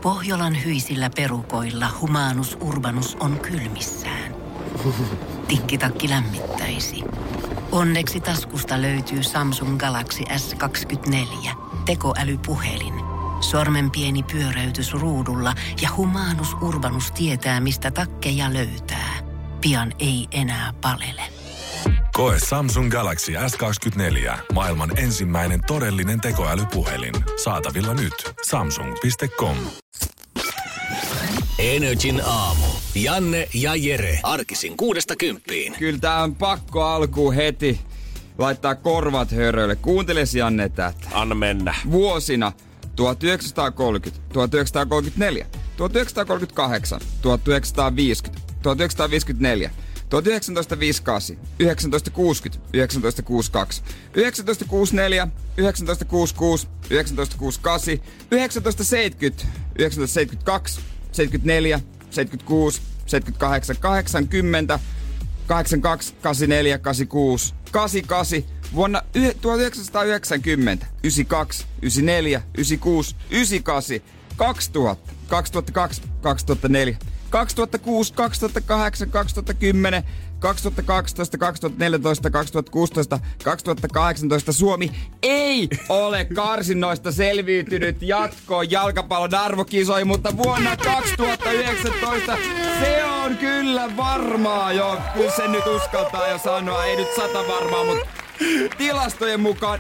Pohjolan hyisillä perukoilla Humanus Urbanus on kylmissään. Tikkitakki lämmittäisi. Onneksi taskusta löytyy Samsung Galaxy S24. Tekoälypuhelin. Sormen pieni pyöräytys ruudulla ja Humanus Urbanus tietää, mistä takkeja löytää. Pian ei enää palele. Koe Samsung Galaxy S24. Maailman ensimmäinen todellinen tekoälypuhelin. Saatavilla nyt. Samsung.com. NRJ:n aamu. Janne ja Jere. Arkisin 6–10. Kyllä tää on pakko alkuun heti laittaa korvat höröille. Kuunteles Janne tätä. Anna mennä. Vuosina 1930, 1934, 1938, 1950, 1954, 1958, 1960, 1962, 1964, 1966, 1968, 1970, 1972, 74, 76, 78, 80, 82, 84, 86, 88, vuonna 1990, 92, 94, 96, 98, 2000, 2002, 2004, 2006, 2008, 2010, 2012, 2014, 2016, 2018 Suomi ei ole karsinnoista selviytynyt jatkoon jalkapallon arvokisoihin, mutta vuonna 2019 se on kyllä varmaa jo, kun se nyt uskaltaa jo sanoa, ei nyt 100 varmaa, mutta tilastojen mukaan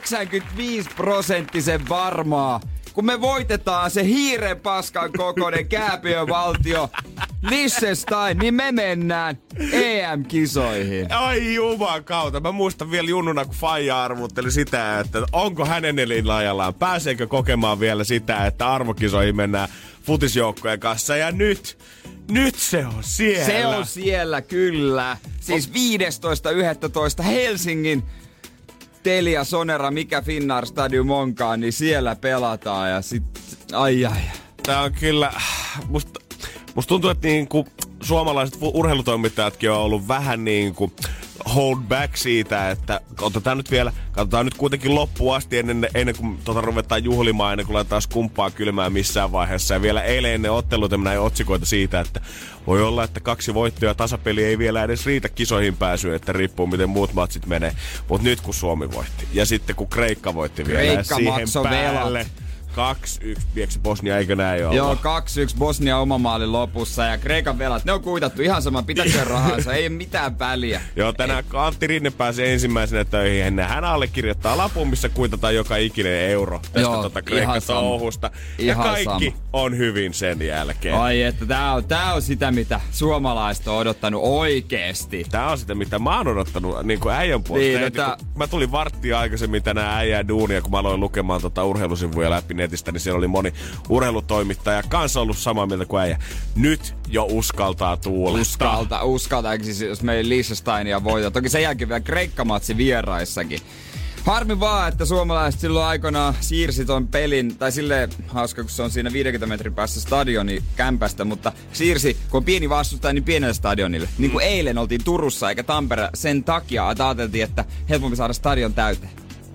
95% varmaa. Kun me voitetaan se hiiren paskan kokoinen kääpiövaltio Liechtenstein, niin me mennään EM-kisoihin. Ai jumakauta. Mä muistan vielä junnuna, kun Faija arvutteli sitä, että onko hänen elinajallaan. Pääseekö kokemaan vielä sitä, että arvokisoihin mennään futisjoukkojen kanssa. Ja nyt se on siellä. Se on siellä, kyllä. Siis 15.11. Helsingin Telia Sonera, mikä Finnair Stadium onkaan, niin siellä pelataan ja sit, ai. Tää on kyllä, musta tuntuu, että niinku suomalaiset urheilutoimittajatkin on ollut vähän niinku hold back siitä, että katsotaan nyt kuitenkin loppuun asti ennen kuin ruvetaan juhlimaan, ennen kuin laitetaan skumppaa kylmään missään vaiheessa. Ja vielä eilen ennen otteluita näin otsikoita siitä, että voi olla, että 2 voittoa ja tasapeli ei vielä edes riitä kisoihin pääsyyn, että riippuu miten muut matsit menee. Mutta nyt kun Suomi voitti ja sitten kun Kreikka voitti vielä ja siihen päälle. Velat. 2-1, viekö Bosnia, eikö näin olla? Joo, 2-1 Bosnia oma maalin lopussa ja Kreikan velat, ne on kuitattu ihan sama, pitäkö rahansa, ei mitään väliä. Joo, tänään Antti Rinne pääsi ensimmäisenä töihin. Hän allekirjoittaa lapun, missä kuitataan joka ikinen euro tästä Kreikka-touhusta. Ja kaikki on hyvin sen jälkeen. Ai että tää on sitä, mitä suomalaiset on odottanut oikeesti. Tää on sitä, mitä mä oon odottanut niin kuin äijän puolesta. Niin, mä tulin varttia aikaisemmin tänään äijää duunia, kun mä aloin lukemaan urheilusivuja läpi netistä, niin siellä oli moni urheilutoimittaja kanssa ollut samaa mieltä kuin äijä. Nyt jo uskaltaa tuulettaa. Uskaltaa, siis jos me Liechtensteinia voitetaan. Toki sen jälkeen vielä Kreikka-matsi vieraissakin. Harmi vaan, että suomalaiset silloin aikoinaan siirsi ton pelin, tai silleen hauska, kun se on siinä 50 metrin päässä stadioni kämpästä, mutta siirsi, kun on pieni vastustaja, niin pienelle stadionille. Niin kuin eilen oltiin Turussa eikä Tampere sen takia, että ajateltiin, että helpompi saada stadion täyteen.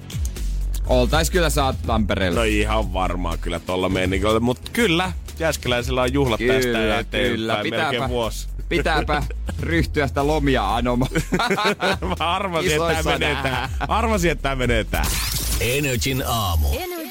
Oltais kyllä saatu Tampereelle. No ihan varmaan kyllä tolla meininkiä, mutta kyllä, Jääskeläisellä on juhlat tästä eteenpäin melkein vuosi. Pitääpä ryhtyä sitä lomia anomaan. Mä arvasin, että tää menee tää. NRJ:n aamu.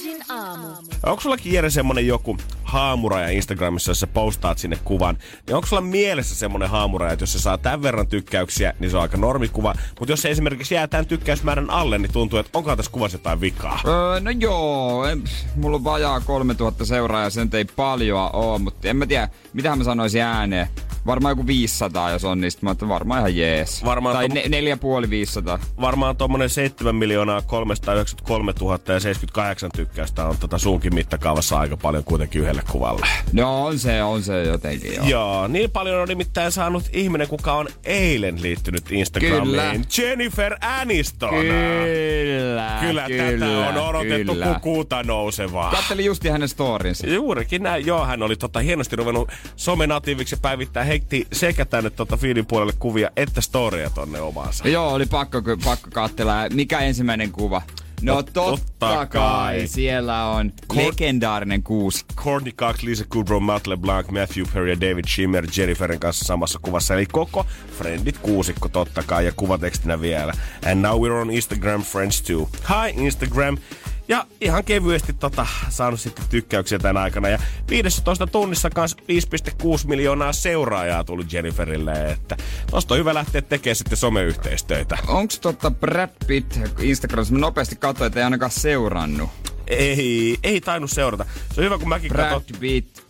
Onko sullakin Jere semmonen joku haamuraja Instagramissa, jos sä postaat sinne kuvan, niin onko sulla mielessä semmonen haamuraja, että jos se saa tämän verran tykkäyksiä, niin se on aika normikuva, mutta jos se esimerkiksi jää tämän tykkäysmäärän alle, niin tuntuu, että onkohan tässä kuvassa jotain vikaa? No joo, mulla on vajaa 3000 seuraajaa, sen ei paljoa oo, mutta en mä tiedä, mitähän mä sanoisin ääneen. Varmaan joku 500, jos on, niin mä oon varmaan ihan jees. Tai 4,5-500. Varmaan tommonen 7 393 078 tykkäystä on sunkin mittakaavassa aika paljon kuitenkin yhdelle kuvalle. No on se jotenkin joo. Joo, niin paljon on nimittäin saanut ihminen, kuka on eilen liittynyt Instagramiin. Kyllä. Jennifer Aniston. Kyllä, tätä on odotettu kukuuta nousevaa. Kattelin justi hänen storinsa. Juurikin näin, joo, hän oli hienosti ruvennut somenatiiviksi ja päivittää hekti sekä tänne feedin puolelle kuvia että storia tonne omaansa. Joo, oli pakko katsella. Mikä ensimmäinen kuva? No totta kai. Siellä on legendaarinen kuusi. Courtney Cox, Lisa Kudrow, Matt LeBlanc, Matthew Perry ja David Schwimmer Jenniferin kanssa samassa kuvassa. Eli koko Friendit kuusikko totta kai ja kuvatekstinä vielä. And now we're on Instagram friends too. Hi Instagram. Ja ihan kevyesti saanut sitten tykkäyksiä tämän aikana. Ja 15 tunnissa kanssa 5,6 miljoonaa seuraajaa tuli Jenniferille. Että tosta on hyvä lähteä tekemään sitten someyhteistöitä. Onks Brad Pitt Instagramissa? Mä nopeasti katsoin, että ei ainakaan seurannut. Ei tainnut seurata. Se on hyvä, kun mäkin Brad Pitt.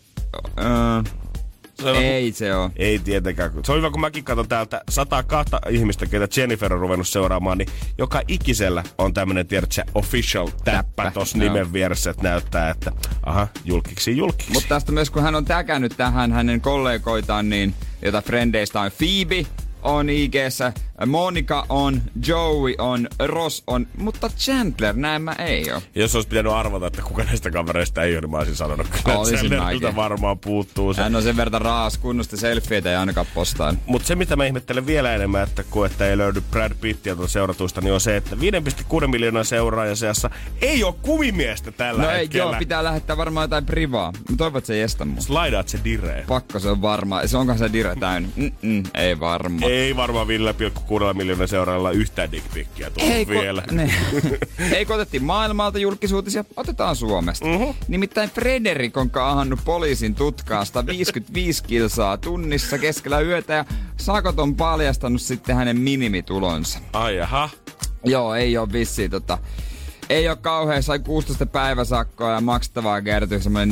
Ei se oo. Ei tietenkään. Se on hyvä, kun mäkin katson täältä 102 ihmistä, ketä Jennifer on ruvennut seuraamaan, niin joka ikisellä on tämmönen, tiedätkö, official täppä tossa nimen vieressä, että näyttää, että julkiksi. Mutta tästä myös, kun hän on täkännyt tähän hänen kollegoitaan, niin jota frendeistä on Phoebe, on IG:ssä, Monica on, Joey on, Ross on, mutta Chandler näemmä ei oo. Jos olisi pitänyt arvata, että kuka näistä kavereista ei ole, niin mä olisin sanonut kyllä, että Chandlerilta varmaan puuttuu se. Hän on sen verran raas, kunnosta selfieitä ei ainakaan postaan. Mutta se, mitä mä ihmettelen vielä enemmän, että ei löydy Brad Pittia seuratuista, niin on se, että 5,6 miljoonaa seuraajan seassa ei ole kumimiestä tällä hetkellä. Joo, pitää lähettää varmaan jotain privaa. Mä toivon, että se ei estä mua. Slaidaat se direen. Pakko se on varmaan. Se onkohan se dire täynnä? Ei varmaan. Ei varmaan 5,6 miljoonaa seuraajalla yhtään dickpickiä tullut vielä. Kun otettiin maailmalta julkisuutisia, otetaan Suomesta. Nimittäin Frederik on kaahannut poliisin tutkaa 155 kilsaa tunnissa keskellä yötä ja sakot on paljastanut sitten hänen minimitulonsa. Ai jaha. Joo, ei oo vissiin ei oo kauhean, sai 16 päiväsakkoa ja maksettavaa kertyi semmoinen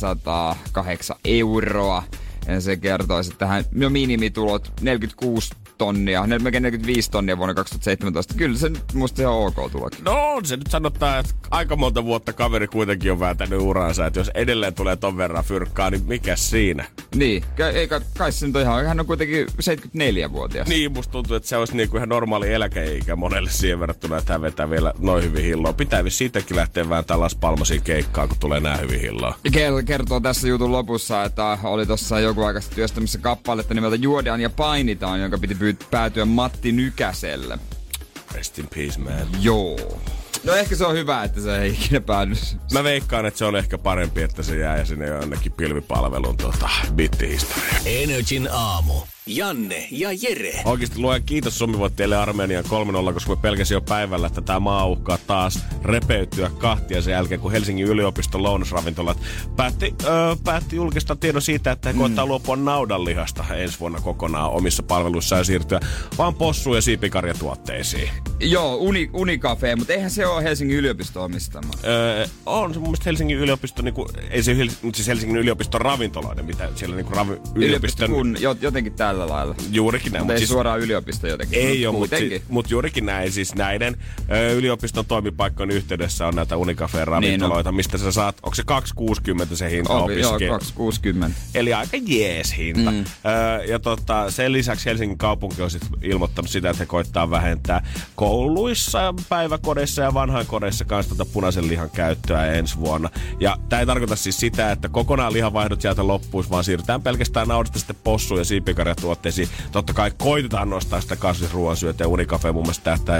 408 €. Ja se kertoisi, että hän jo minimitulot 46 tonnia, melkein 45 tonnia vuonna 2017. Kyllä se nyt musta ihan ok tulokin. No se nyt sanottaa, että aika monta vuotta kaveri kuitenkin on vääntänyt uransa, että jos edelleen tulee ton verran fyrkkaa, niin mikäs siinä? Niin, eikä kai se nyt ihan, hän on kuitenkin 74-vuotias. Niin, musta tuntuu, että se olisi niinku ihan normaali eläkeikä monelle siihen verrattuna, että hän vetää vielä noin hyvin hilloa. Pitää siitäkin lähteä vääntää Las Palmasin keikkaa, kun tulee nää hyvin hilloa. Kertoo tässä jutun lopussa, että oli tossa joku aikaisesti työstämässä kappaletta nimeltä Juodaan ja painitaan, jonka piti päätyä Matti Nykäselle. Rest in peace, man. Joo. No ehkä se on hyvä, että se ei ikinä päädy. Mä veikkaan, että se on ehkä parempi, että se jää ja sinne jonnekin pilvipalvelun bittihistoriaan. Energin aamu. Janne ja Jere. Oikeesti luojan kiitos, Suomi voitti teille Armenian 3-0, koska me pelkäsin jo päivällä, että tämä maa uhkaa taas repeytyä kahtia sen jälkeen, kun Helsingin yliopiston lounasravintolat päätti julkistaa tiedon siitä, että he koittaa luopua naudanlihasta ensi vuonna kokonaan omissa palveluissaan ja siirtyä vaan possu- ja siipikarjatuotteisiin. Joo, Unicafe, mutta eihän se ole Helsingin yliopiston omistama. On se mun mielestä Helsingin yliopisto, niinku, ei se mutta siis Helsingin yliopiston ravintoloiden, mitä siellä niinku yliopiston... Jotenkin tällä lailla. Juurikin näin. Mutta ei siis suoraan yliopisto jotenkin. Ei ole, mutta juurikin näin. Siis näiden yliopiston toimipaikkojen yhteydessä on näitä Unicafeen ravintoloita, mistä sä saat, onko se 2,60 se hinta opiskelu? Joo, 2,60. Eli aika jees hinta. Ja sen lisäksi Helsingin kaupunki on sitten ilmoittanut sitä, että he koittaa vähentää kouluissa, päiväkodeissa ja vanhainkodeissa kanssa punaisen lihan käyttöä ensi vuonna. Ja tää ei tarkoita siis sitä, että kokonaan lihavaihdot sieltä loppuisi, vaan siirrytään pelkästään naudasta sitten possuun ja siipikarjatuotteisiin. Totta kai koitetaan nostaa sitä kasvisruoan syötä ja Unicafe mun mielestä tähtää jo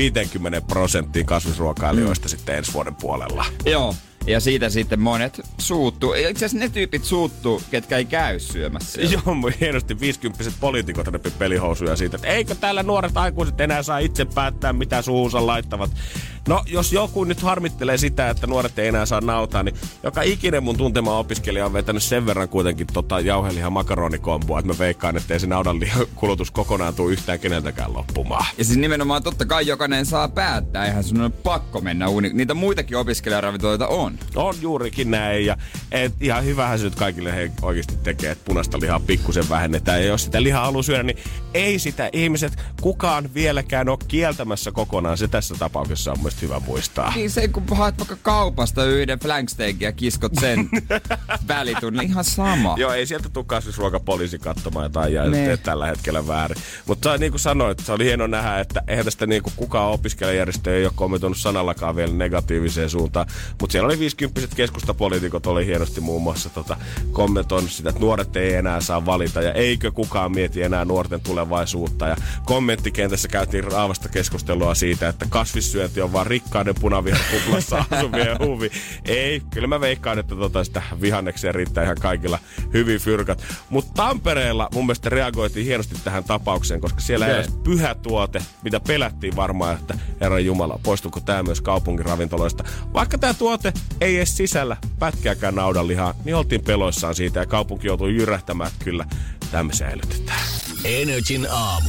50% kasvisruokailijoista sitten ensi vuoden puolella. Joo. Ja siitä sitten monet suuttuu. Itse asiassa ne tyypit suuttuu, ketkä ei käy syömässä. Joo, hienosti 50-vuotiaat poliitikot repi pelihousuja siitä, että eikö täällä nuoret aikuiset enää saa itse päättää, mitä suuhunsa laittavat. No, jos joku nyt harmittelee sitä, että nuoret ei enää saa nautaa, niin joka ikinen mun tuntema opiskelija on vetänyt sen verran kuitenkin jauhelihan makaronikomboa, että mä veikkaan, ettei se naudanlihan kulutus kokonaan tule yhtään keneltäkään loppumaan. Ja siis nimenomaan totta kai jokainen saa päättää, eihän sun ole pakko mennä niitä muitakin opiskelijaravintoloita on. On juurikin näin, ja ihan hyvähän se nyt kaikille he oikeasti tekee, että punaista lihaa pikkusen vähennetään, ja jos sitä lihaa haluaa syödä, niin ei sitä ihmiset kukaan vieläkään ole kieltämässä kokonaan. Se tässä tapauksessa on mielestäni hyvä muistaa. Niin se, kun haet vaikka kaupasta yhden flanksteakin ja kiskot sen välitun, niin ihan sama. Joo, ei sieltä tule kasvisruokapoliisi katsomaan jotain ja tällä hetkellä väärin. Mutta niin kuin sanoit, se oli hieno nähdä, että eihän tästä niin kuin kukaan opiskelijajärjestö ei ole kommentoinut sanallakaan vielä negatiiviseen suuntaan. Mutta siellä oli 50-vuotiaat keskustapoliitikot oli hienosti muun muassa kommentoinut sitä, että nuoret ei enää saa valita ja eikö kukaan mieti enää nuorten tulevaisuutta. Ja kommenttikentässä käytiin raavasta keskustelua siitä, että kasvissyönti on vaan rikkaiden punaviherkuplassa asuvien huvi. Ei, kyllä mä veikkaan, että sitä vihannekseen riittää ihan kaikilla hyvin fyrkat. Mutta Tampereella mun mielestä reagoitiin hienosti tähän tapaukseen, koska siellä ei edes pyhä tuote, mitä pelättiin varmaan, että Herran Jumala, poistuuko tää myös kaupungin ravintoloista. Vaikka tää tuote ei edes sisällä pätkääkään naudanlihaa, niin oltiin peloissaan siitä ja kaupunki joutui jyrähtämään, että kyllä tämä säilytetään. NRJ:n aamu.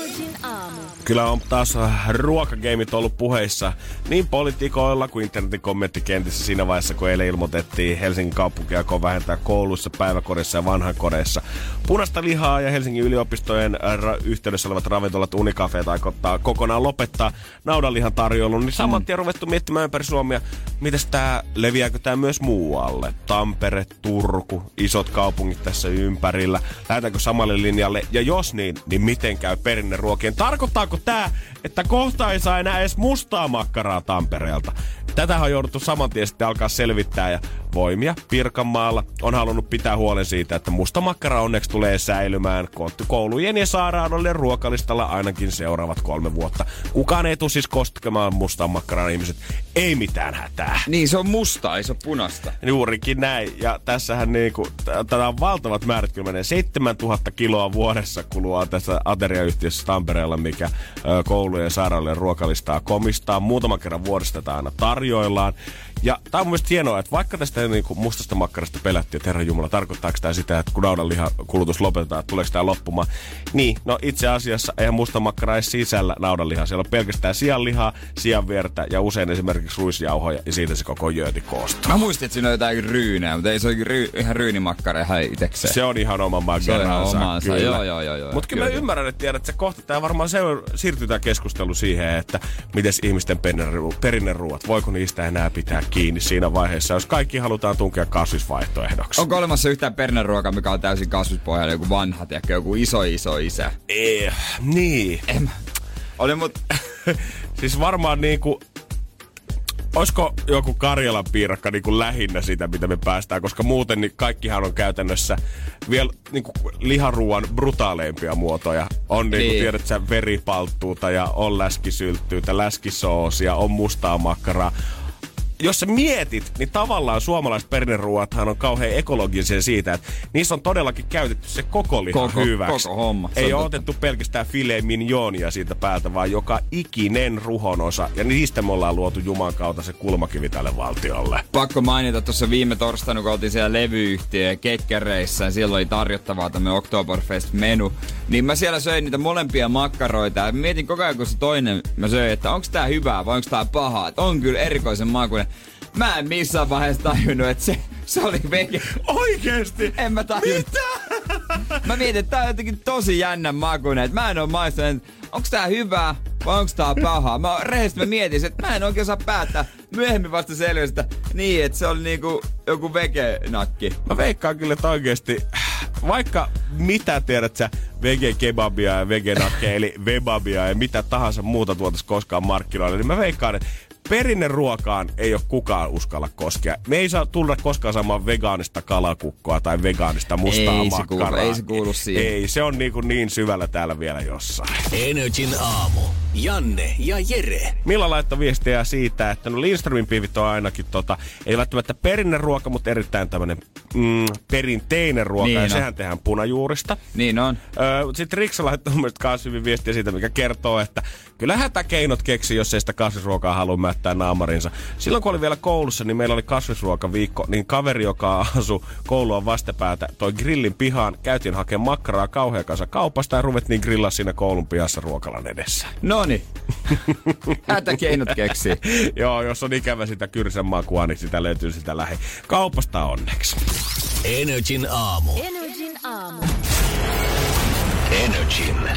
Kyllä on taas ruokageimit ollut puheissa niin poliitikoilla kuin internetin kommenttikentissä siinä vaiheessa, kun eilen ilmoitettiin Helsingin kaupunkiakoon vähentää kouluissa, päiväkodeissa ja vanhainkodeissa punaista lihaa ja Helsingin yliopistojen yhteydessä olevat ravintolat Unicafeet aikottaa kokonaan lopettaa naudanlihan tarjoilun, niin saman tien ruvettu miettimään ympäri Suomea, mitäs leviääkö tää myös muualle? Tampere, Turku, isot kaupungit tässä ympärillä. Lähdetäänkö samalle linjalle? Ja jos niin miten käy perinneruokien? Tarkoittaako tää, että kohta ei saa enää edes mustaa makkaraa Tampereelta? Tätähän on jouduttu saman tien sitten alkaa selvittää ja Voimia Pirkanmaalla on halunnut pitää huolen siitä, että musta makkara onneksi tulee säilymään koulujen ja sairaaloiden ruokalistalla ainakin seuraavat 3 vuotta. Kukaan ei tule siis koskemaan mustaa makkaraa, ihmiset. Ei mitään hätää. Niin, se on musta, ei se ole punasta. Juurikin näin. Ja tässähän tätä on valtavat määrät, kyllä menee 7000 kiloa vuodessa kuluu tässä ateriayhtiössä Tampereella, mikä koulujen ja sairaaloiden ruokalistaa komistaa. Muutaman kerran vuodesta tätä aina tarjoillaan. Ja tää on mun mielestä hienoa, että vaikka tästä mustasta makkarasta pelättiin, että Herran Jumala, tarkoittaako tää sitä, että kun naudanlihan kulutus lopetetaan, että tuleeko tää loppumaan? Niin, no itse asiassa eihän musta makkara edes sisällä naudanlihaa. Siellä on pelkästään sianlihaa, sianviertä ja usein esimerkiksi ruisjauhoja ja siitä se koko jööti koostuu. Mä muistin, että siinä on jotain ryynää, mutta ei se ole ihan ryynimakkara ihan itekseen. Se on ihan oma makkaransa, kyllä. Joo. Mutta kyllä mä ymmärrän, että tiedät, että kohta tää varmaan siirtyy tää keskustelu siihen, että mites ihmisten perinneruuat, voiko niistä enää pitää kiinni siinä vaiheessa, jos kaikki halutaan tunkea kasvisvaihtoehdoksi. Onko olemassa yhtään perinneruoka, mikä on täysin kasvispohjainen, joku vanha, tiedätkö, joku iso isä? Niin. Siis varmaan olisiko joku Karjalan piirakka lähinnä sitä, mitä me päästään, koska muuten niin kaikkihan on käytännössä vielä liharuuan brutaaleimpia muotoja. On tiedät sä veripalttuuta ja on läskisylttyytä, läskisoosia, on mustaa makkaraa. Jos sä mietit, niin tavallaan suomalaiset perinneruuathan on kauhean ekologisia siitä, että niissä on todellakin käytetty se koko liha hyväksi. Koko homma. Ei ole otettu pelkästään filet mignoonia siitä päältä, vaan joka ikinen ruhonosa. Ja niistä me ollaan luotu Juman kautta se kulmakivi tälle valtiolle. Pakko mainita tuossa viime torstaina, kun oltiin siellä levyyhtiö Kekkereissä ja siellä oli tarjottavaa tämmöinen Oktoberfest-menu. Niin mä siellä söin niitä molempia makkaroita ja mietin koko ajan, kun se toinen mä söin, että onko tää hyvää vai onko tää pahaa. Että on kyllä erikoisen makuinen. Mä en missään vaiheessa tajunnut, että se oli vege. Oikeesti? En mä tajunnut. Mitä? Mä mietin, että tää on jotenkin tosi jännän makuinen. Että mä en oo maistanut, että onks tää hyvää vai onks tää pahaa. Mä rehellisesti mietin, että mä en oikein saa päättää. Myöhemmin vasta selvisi, että niin, että se oli niinku joku vege-nakki. Mä veikkaan kyllä, että oikeesti, vaikka mitä tiedät sä vege-kebabia ja vege-nakkeja, eli vebabia ja mitä tahansa muuta tuotais koskaan markkinoille, niin mä veikkaan, että perinneruokaan ei ole kukaan uskalla koskea. Me ei saa tulla koskaan saamaan vegaanista kalakukkoa tai vegaanista mustaa makkaraa. Ei se kuulu siihen. Ei, se on niin syvällä täällä vielä jossain. NRJ:n aamu. Janne ja Jere. Milla laittoi viestiä siitä, että Lindströmin piivit on ainakin ei välttämättä perinneruoka, mutta erittäin tämmönen perinteinen ruoka. Niin ja sehän tehdään punajuurista. Niin on. Sitten Riksa laittoi mun mielestä myös hyvin viestiä siitä, mikä kertoo, että kyllä hätäkeinot keksi, jos ei sitä kasvisruokaa halua mättää naamarinsa. Silloin kun oli vielä koulussa, niin meillä oli kasvisruokaviikko, niin kaveri, joka asui koulua vastapäätä, toi grillin pihaan, käytiin hakemaan makkaraa kauhean kanssa kaupasta ja ruvettiin grillaa siinä koulun pihassa ruokalan edessä. Noni. Hätäkeinot keksii. Joo, jos on ikävä sitä kyrsän makua, niin sitä löytyy sitä kaupasta onneksi. NRJ:n aamu. NRJ:n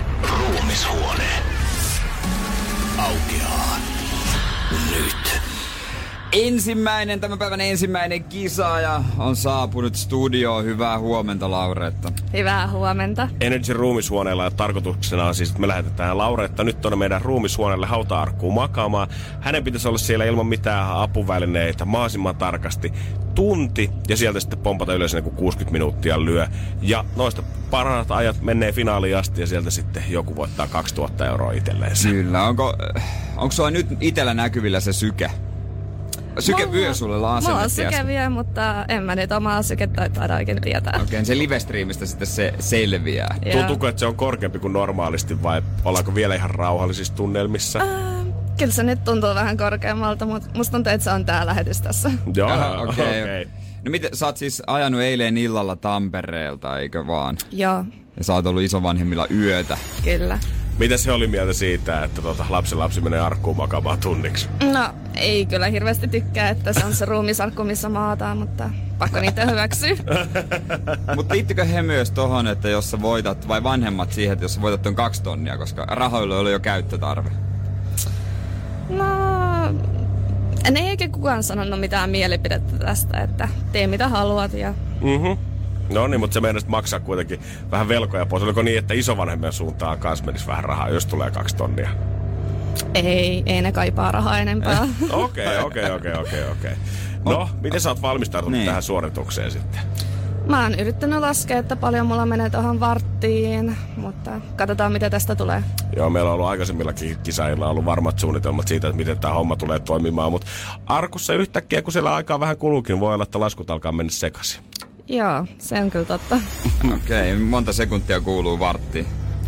ruumishuone aukeaa nyt. Tämän päivän ensimmäinen kisaaja on saapunut studioon. Hyvää huomenta, Lauretta. Hyvää huomenta. Energy ruumishuoneella ja tarkoituksena on siis, että me lähetetään Lauretta nyt tuonne meidän ruumishuoneelle hauta-arkkuun makaamaan. Hänen pitäisi olla siellä ilman mitään apuvälineitä mahdollisimman tarkasti tunti ja sieltä sitten pompata yleensä niin 60 minuuttia lyö. Ja noista parhaat ajat menee finaaliin asti ja sieltä sitten joku voittaa 2000 € itselleensä. Kyllä. Onko sulla nyt itellä näkyvillä se syke? Syke vyö sulle asennettiin. Mulla on syke vyö, mutta en mä nyt omaa sykettä taida oikein tietää. Okei, se live-streamistä sitten se selviää. Tuntuuko, että se on korkeampi kuin normaalisti vai ollaanko vielä ihan rauhallisissa tunnelmissa? Kyllä se nyt tuntuu vähän korkeammalta, mutta musta tuntuu, että se on tää lähetys tässä. Joo, okei. No miten, sä oot siis ajanut eilen illalla Tampereelta, eikö vaan? Joo. Ja sä oot ollut isovanhemmilla yötä. Kyllä. Mitä se oli mieltä siitä, että lapsi menee arkkuun makaamaan tunniksi? No, ei kyllä hirveästi tykkää, että se on se ruumisarkku, missä maataan, mutta pakko niitä hyväksyä. Mutta liittyykö he myös tohon, että jos sä voitat, vai vanhemmat siihen, että jos sä voitat ton 2 tonnia, koska rahoilla oli jo käyttötarve? No, ei oikein kukaan sanonut mitään mielipidettä tästä, että tee mitä haluat ja... No niin, mutta se meidän maksaa kuitenkin vähän velkoja pois. Oliko niin, että isovanhemmien suuntaan kanssa menisi vähän rahaa, jos tulee 2 tonnia? Ei ne kaipaa rahaa enempää. Okei. No, miten sä oot valmistautunut tähän suoritukseen sitten? Mä oon yrittänyt laskea, että paljon mulla menee tuohon varttiin, mutta katsotaan mitä tästä tulee. Joo, meillä on ollut aikaisemmillakin kisaajilla ollut varmat suunnitelmat siitä, että miten tää homma tulee toimimaan, mutta arkussa yhtäkkiä, kun siellä aikaa vähän kuluukin, voi olla, että laskut alkaa mennä sekaisin. Joo, se on kyllä totta. Okei, monta sekuntia kuuluu varttiin?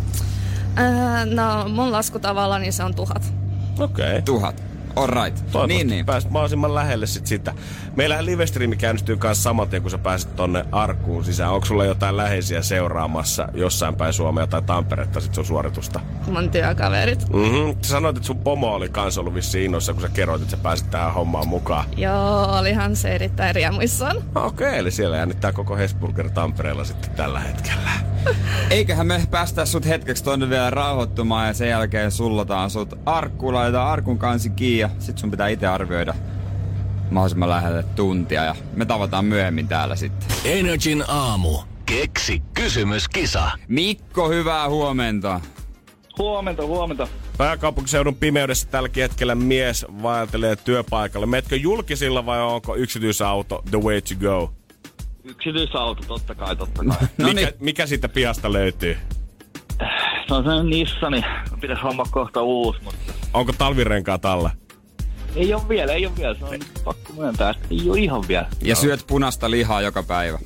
No, mun laskutavalla niin se on 1000. Okei. 1000. Alright. Toivottavasti niin. pääset mahdollisimman lähelle sitä. Meillähän live-striimi käynnistyy kanssa saman tien, kun sä pääset tonne arkkuun sisään. Onko sulla jotain läheisiä seuraamassa jossain päin Suomea tai Tamperetta sit sun suoritusta? Mun työkaverit. Sä sanoit, että sun pomo oli kans ollut vissiin innoissa, kun sä kerroit, että sä pääsit tähän hommaan mukaan. Joo, olihan se erittäin riemuissaan. Okei, eli siellä jännittää koko Hesburger Tampereella sitten tällä hetkellä. Eiköhän me päästä sut hetkeksi tonne vielä rauhoittumaan ja sen jälkeen sullotaan sut arkkuun, laitetaan arkun kansi kiinni ja sit sun pitää itse arvioida mahdollisimman lähelle tuntia ja me tavataan myöhemmin täällä sitten. Energin aamu. Keksi kysymyskisa. Mikko, hyvää huomenta. Huomenta. Pääkaupunkiseudun pimeydessä tällä hetkellä mies vaeltelee työpaikalle. Meetkö julkisilla vai onko yksityisauto the way to go? Yksityisauto, totta kai. Mikä siitä pihasta löytyy? Se on sellainen Nissani. Pitäis homma kohta uusi, mutta... Onko talvirenkaat alla? Ei oo vielä. Se on pakko myöntää, että ei oo ihan vielä. Ja syöt punaista lihaa joka päivä.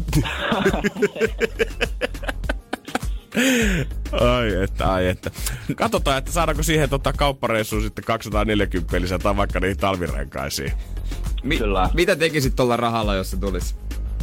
Ai että. Katsotaan, että saadaanko siihen kauppareissuun sitten 240 lisää tai vaikka niihin talvirenkaisiin. Kyllä. Mitä tekisit tuolla rahalla, jos se tulisi?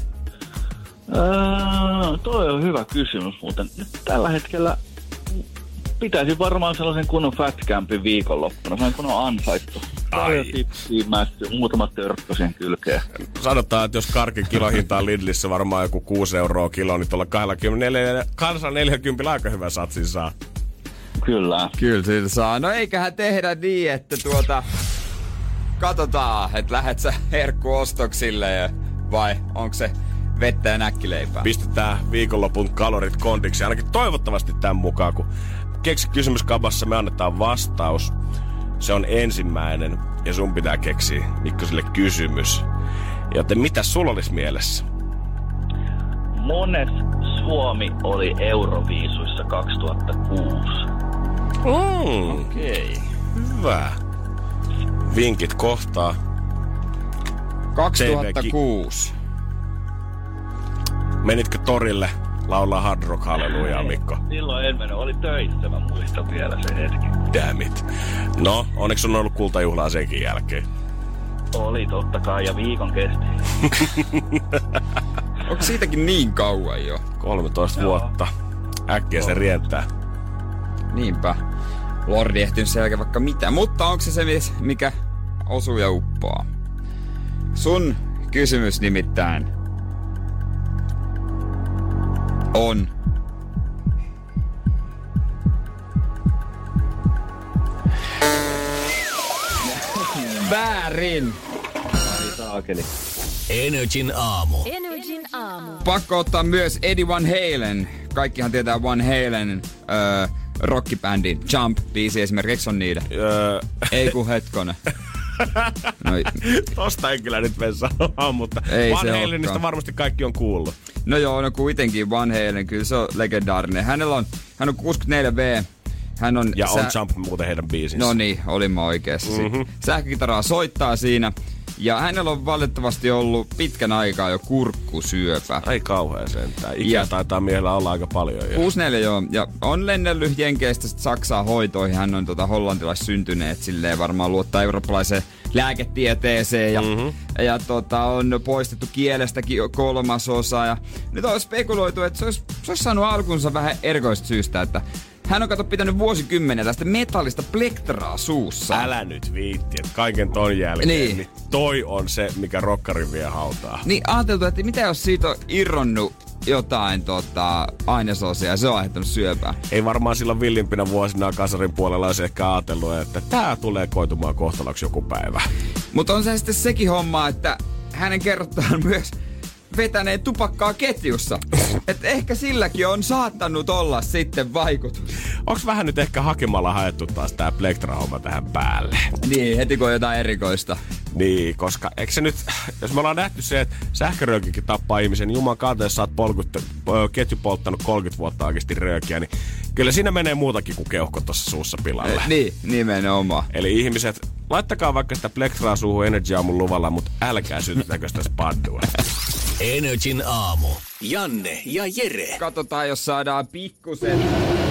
Toi on hyvä kysymys muuten. Nyt tällä hetkellä pitäisi varmaan sellaisen kunnon fatcampin viikonloppuna. Sellainen kunnon ansaittu. Paljon tipsiä, muutama törppö siihen kylkeen. Sanotaan, että jos karkin kilohinta on Lidlissä varmaan joku 6 € kilo, niin tuolla 240 aika hyvä satsin saa. Kyllä sillä saa. No eiköhän tehdä niin, että katsotaan, että lähet sä herkkuostoksille vai onko se vettä ja näkkileipää? Pistetään viikonlopun kalorit kondiksi, ainakin toivottavasti tämän mukaan, kun keksi kysymyskabassa me annetaan vastaus. Se on ensimmäinen ja sun pitää keksiä Mikkoselle kysymys. Joten mitä sulla olisi mielessä? Mones Suomi oli Euroviisuissa 2006? Okei. Hyvä. Vinkit kohtaa. 2006. Menitkö torille laulaa Hard Rock Hallelujaa, Mikko? Silloin en mennyt. Oli töissä, mä muistan vielä sen hetken. Damn it. No, onneksi on ollut kultajuhlaa senkin jälkeen. Oli totta kai, ja viikon kesti. Onko siitäkin niin kauan jo? 13 vuotta. Äkkiä se rientää. Niinpä. Lordi ehtinyt selkeä vaikka mitä. Mutta onko se mikä osuu ja uppoaa? Sun kysymys nimittäin on... Väärin! hetkeni. Energin aamu. Pakko ottaa myös Eddie Van Halen. Kaikkihan tietää Van Halen rockibändin Jump-biisi esimerkiksi on niiden. Ei kun hetkonen. No, tosta en kyllä nyt mene sanomaan, mutta ei Van Halenista varmasti kaikki on kuullut. No joo, no kuitenkin Van Halen, kyllä se on legendaarinen. Hän on 64V. Hän on ja on Jump muuten heidän biisinsä. No niin, olin mä oikeassa. Sähkökitaraa soittaa siinä. Ja hänellä on valitettavasti ollut pitkän aikaa jo kurkkusyöpä. Ai kauhea sentään. Ikää taitaa miehellä olla aika paljon. 64 joo. Ja on lennellyt Jenkeistä Saksaan hoitoihin. Hän on hollantilais-syntyneet silleen varmaan luottaa eurooppalaiseen lääketieteeseen. Ja, on poistettu kielestäkin 3/3. Ja nyt on spekuloitu, että se olisi saanut alkunsa vähän erikoista syystä, että hän on pitänyt vuosikymmeniä tästä metallista plektraa suussa. Älä nyt viitti, että kaiken ton jälkeen niin toi on se, mikä rokkari vie hautaa. Niin ajateltu, että mitä jos siitä on irronnut jotain ainesosia ja se on aiheuttanut syöpää. Ei varmaan silloin villimpinä vuosina kasarin puolella olisi ehkä ajatellut, että tää tulee koitumaan kohtaloksi joku päivä. Mutta on se sitten sekin homma, että hänen kerrotaan myös vetäneen tupakkaa ketjussa. Että ehkä silläkin on saattanut olla sitten vaikutus. Onks vähän nyt ehkä hakemalla haettu taas tää plektra-homma tähän päälle? Niin, heti kun on jotain erikoista. Niin, koska eikö se nyt, jos me ollaan nähty se, että sähköröökikin tappaa ihmisen, niin juman kautta, jos sä oot ketju polttanut 30 vuotta oikeesti röökiä, niin kyllä siinä menee muutakin kuin keuhko tossa suussa pilalle. Niin, nimenomaan. Eli ihmiset, laittakaa vaikka sitä plektraa suuhun Energy Aamun luvalla, mutta älkää sytytäkö sitä spaddua. Energin aamu. Janne ja Jere. Katsotaan, jos saadaan pikkusen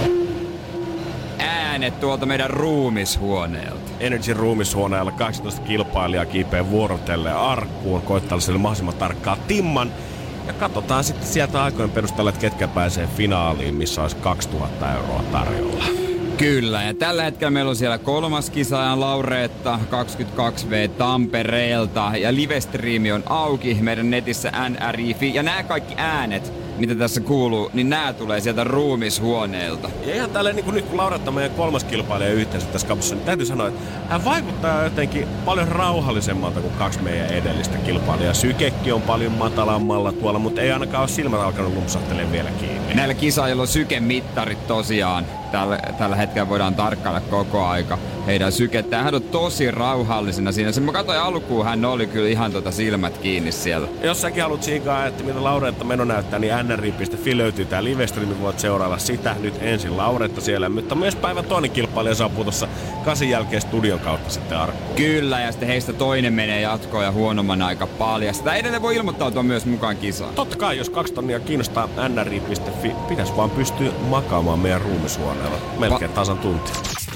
äänet tuolta meidän ruumishuoneelta. Energyn ruumishuoneella 18 kilpailijaa kiipee vuorotelleen arkkuun, koittaa sille mahdollisimman tarkkaa timman. Ja katsotaan sitten sieltä aikojen perusteella, että ketkä pääsee finaaliin, missä olisi 2000 € tarjolla. Kyllä, ja tällä hetkellä meillä on siellä 3. kisaajan Laureetta 22V Tampereelta, ja livestriimi on auki meidän netissä NRI.fi, ja nämä kaikki äänet, mitä tässä kuuluu, niin nämä tulee sieltä ruumishuoneelta. Ja ihan tälleen niin kuin nyt kun Laureetta on meidän 3. kilpailija yhteensä tässä kaupassa, niin täytyy sanoa, että hän vaikuttaa jotenkin paljon rauhallisemmalta kuin 2 meidän edellistä kilpailijaa. Sykekki on paljon matalammalla tuolla, mutta ei ainakaan ole silmät alkanut lumpsahtelemaan vielä kiinni. Näillä kisaajilla on sykemittarit tosiaan. Tällä hetkellä voidaan tarkkailla koko aika heidän sykettään. Hän on tosi rauhallisena siinä. Mä katsoin alkuun, hän oli kyllä ihan silmät kiinni siellä. Jos säkin haluat siikaa, että mitä Laureetta meno näyttää, niin nri.fi löytyy tää livestreami. Voit seurailla sitä nyt ensin Laureetta siellä. Mutta myös päivän toinen kilpailija saapuu tuossa 8 jälkeen studion kautta sitten arkkuun. Kyllä, ja sitten heistä toinen menee jatkoon ja huonomman aika paljon. Sitä edelleen voi ilmoittautua myös mukaan kisaan. Totta kai, jos 2 tonnia kiinnostaa nri.fi, pitäisi vaan pystyä makaamaan meidän ruumishuoneella. Melkein tasan tunti.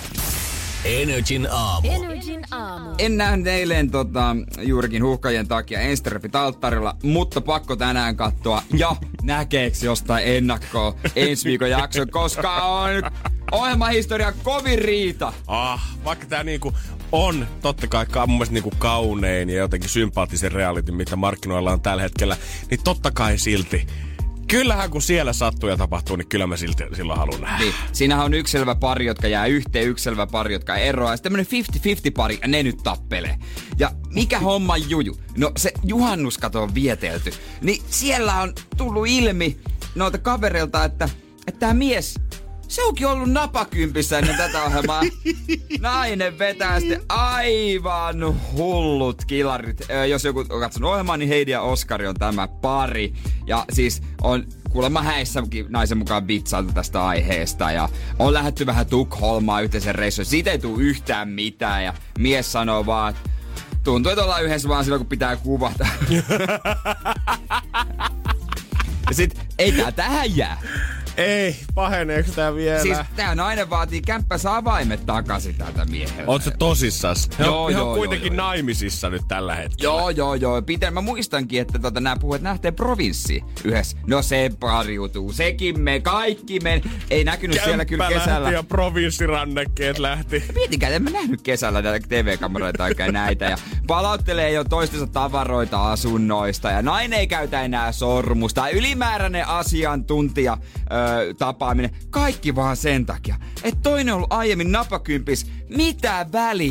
Energin aamu. En nähnyt eilen juurikin huuhkajien takia Ensterpit alttarilla, mutta pakko tänään katsoa ja näkeeks jostain ennakkoa ensi viikon jakson, koska on ohjelmahistorian kovin riita. Vaikka tää niinku on totta kai mun mielestä niinku kaunein ja jotenkin sympaattisen reality, mitä markkinoilla on tällä hetkellä, niin totta kai silti. Kyllähän kun siellä sattuu ja tapahtuu, niin kyllä mä silloin haluan nähdä. Niin. Siinähän on yksi selvä pari, jotka jää yhteen, yksi selvä pari, jotka eroaa. Ja sitten tämmönen 50-50 pari, ja ne nyt tappelee. Ja mikä homma juju? No se juhannuskato on vietelty. Niin siellä on tullut ilmi noilta kavereilta, että tää mies, se onkin ollut napakympissä ennen tätä ohjelmaa. Nainen vetää sitten aivan hullut kilarit. Jos joku on katsonut ohjelmaa, niin Heidi ja Oskari on tämä pari. Ja siis on kuulemma häissäkin naisen mukaan vitsailtu tästä aiheesta. Ja on lähdetty vähän Tukholmaan yhteisen reissuun. Siitä ei tule yhtään mitään. Ja mies sanoo vaan, että tuntuu, että ollaan yhdessä vaan silloin, kun pitää kuvata. Ja sit ei tää tähän jää. Ei, paheneeko tää vielä? Siis tää nainen vaatii kämppänsä avaimet takaisin tältä mieheltä. Oot sä tosissas? Joo, He on kuitenkin naimisissa nyt tällä hetkellä. Joo. Mä muistankin, että nää puhuvat nähtee provinssiin yhdessä. No se pariutuu. Sekin me, kaikki me. Ei näkynyt siellä kyllä kesällä. Kämppä lähti ja provinssirannekkeet lähti. Mietinkään, en mä nähnyt kesällä näitä TV-kameroita oikein näitä. Ja palauttelee jo toistensa tavaroita asunnoista. Ja nainen ei käytä enää sormusta. Ylimääräinen asiantuntija tapaaminen. Kaikki vaan sen takia, että toinen on ollut aiemmin napakympis. Mitä väliä?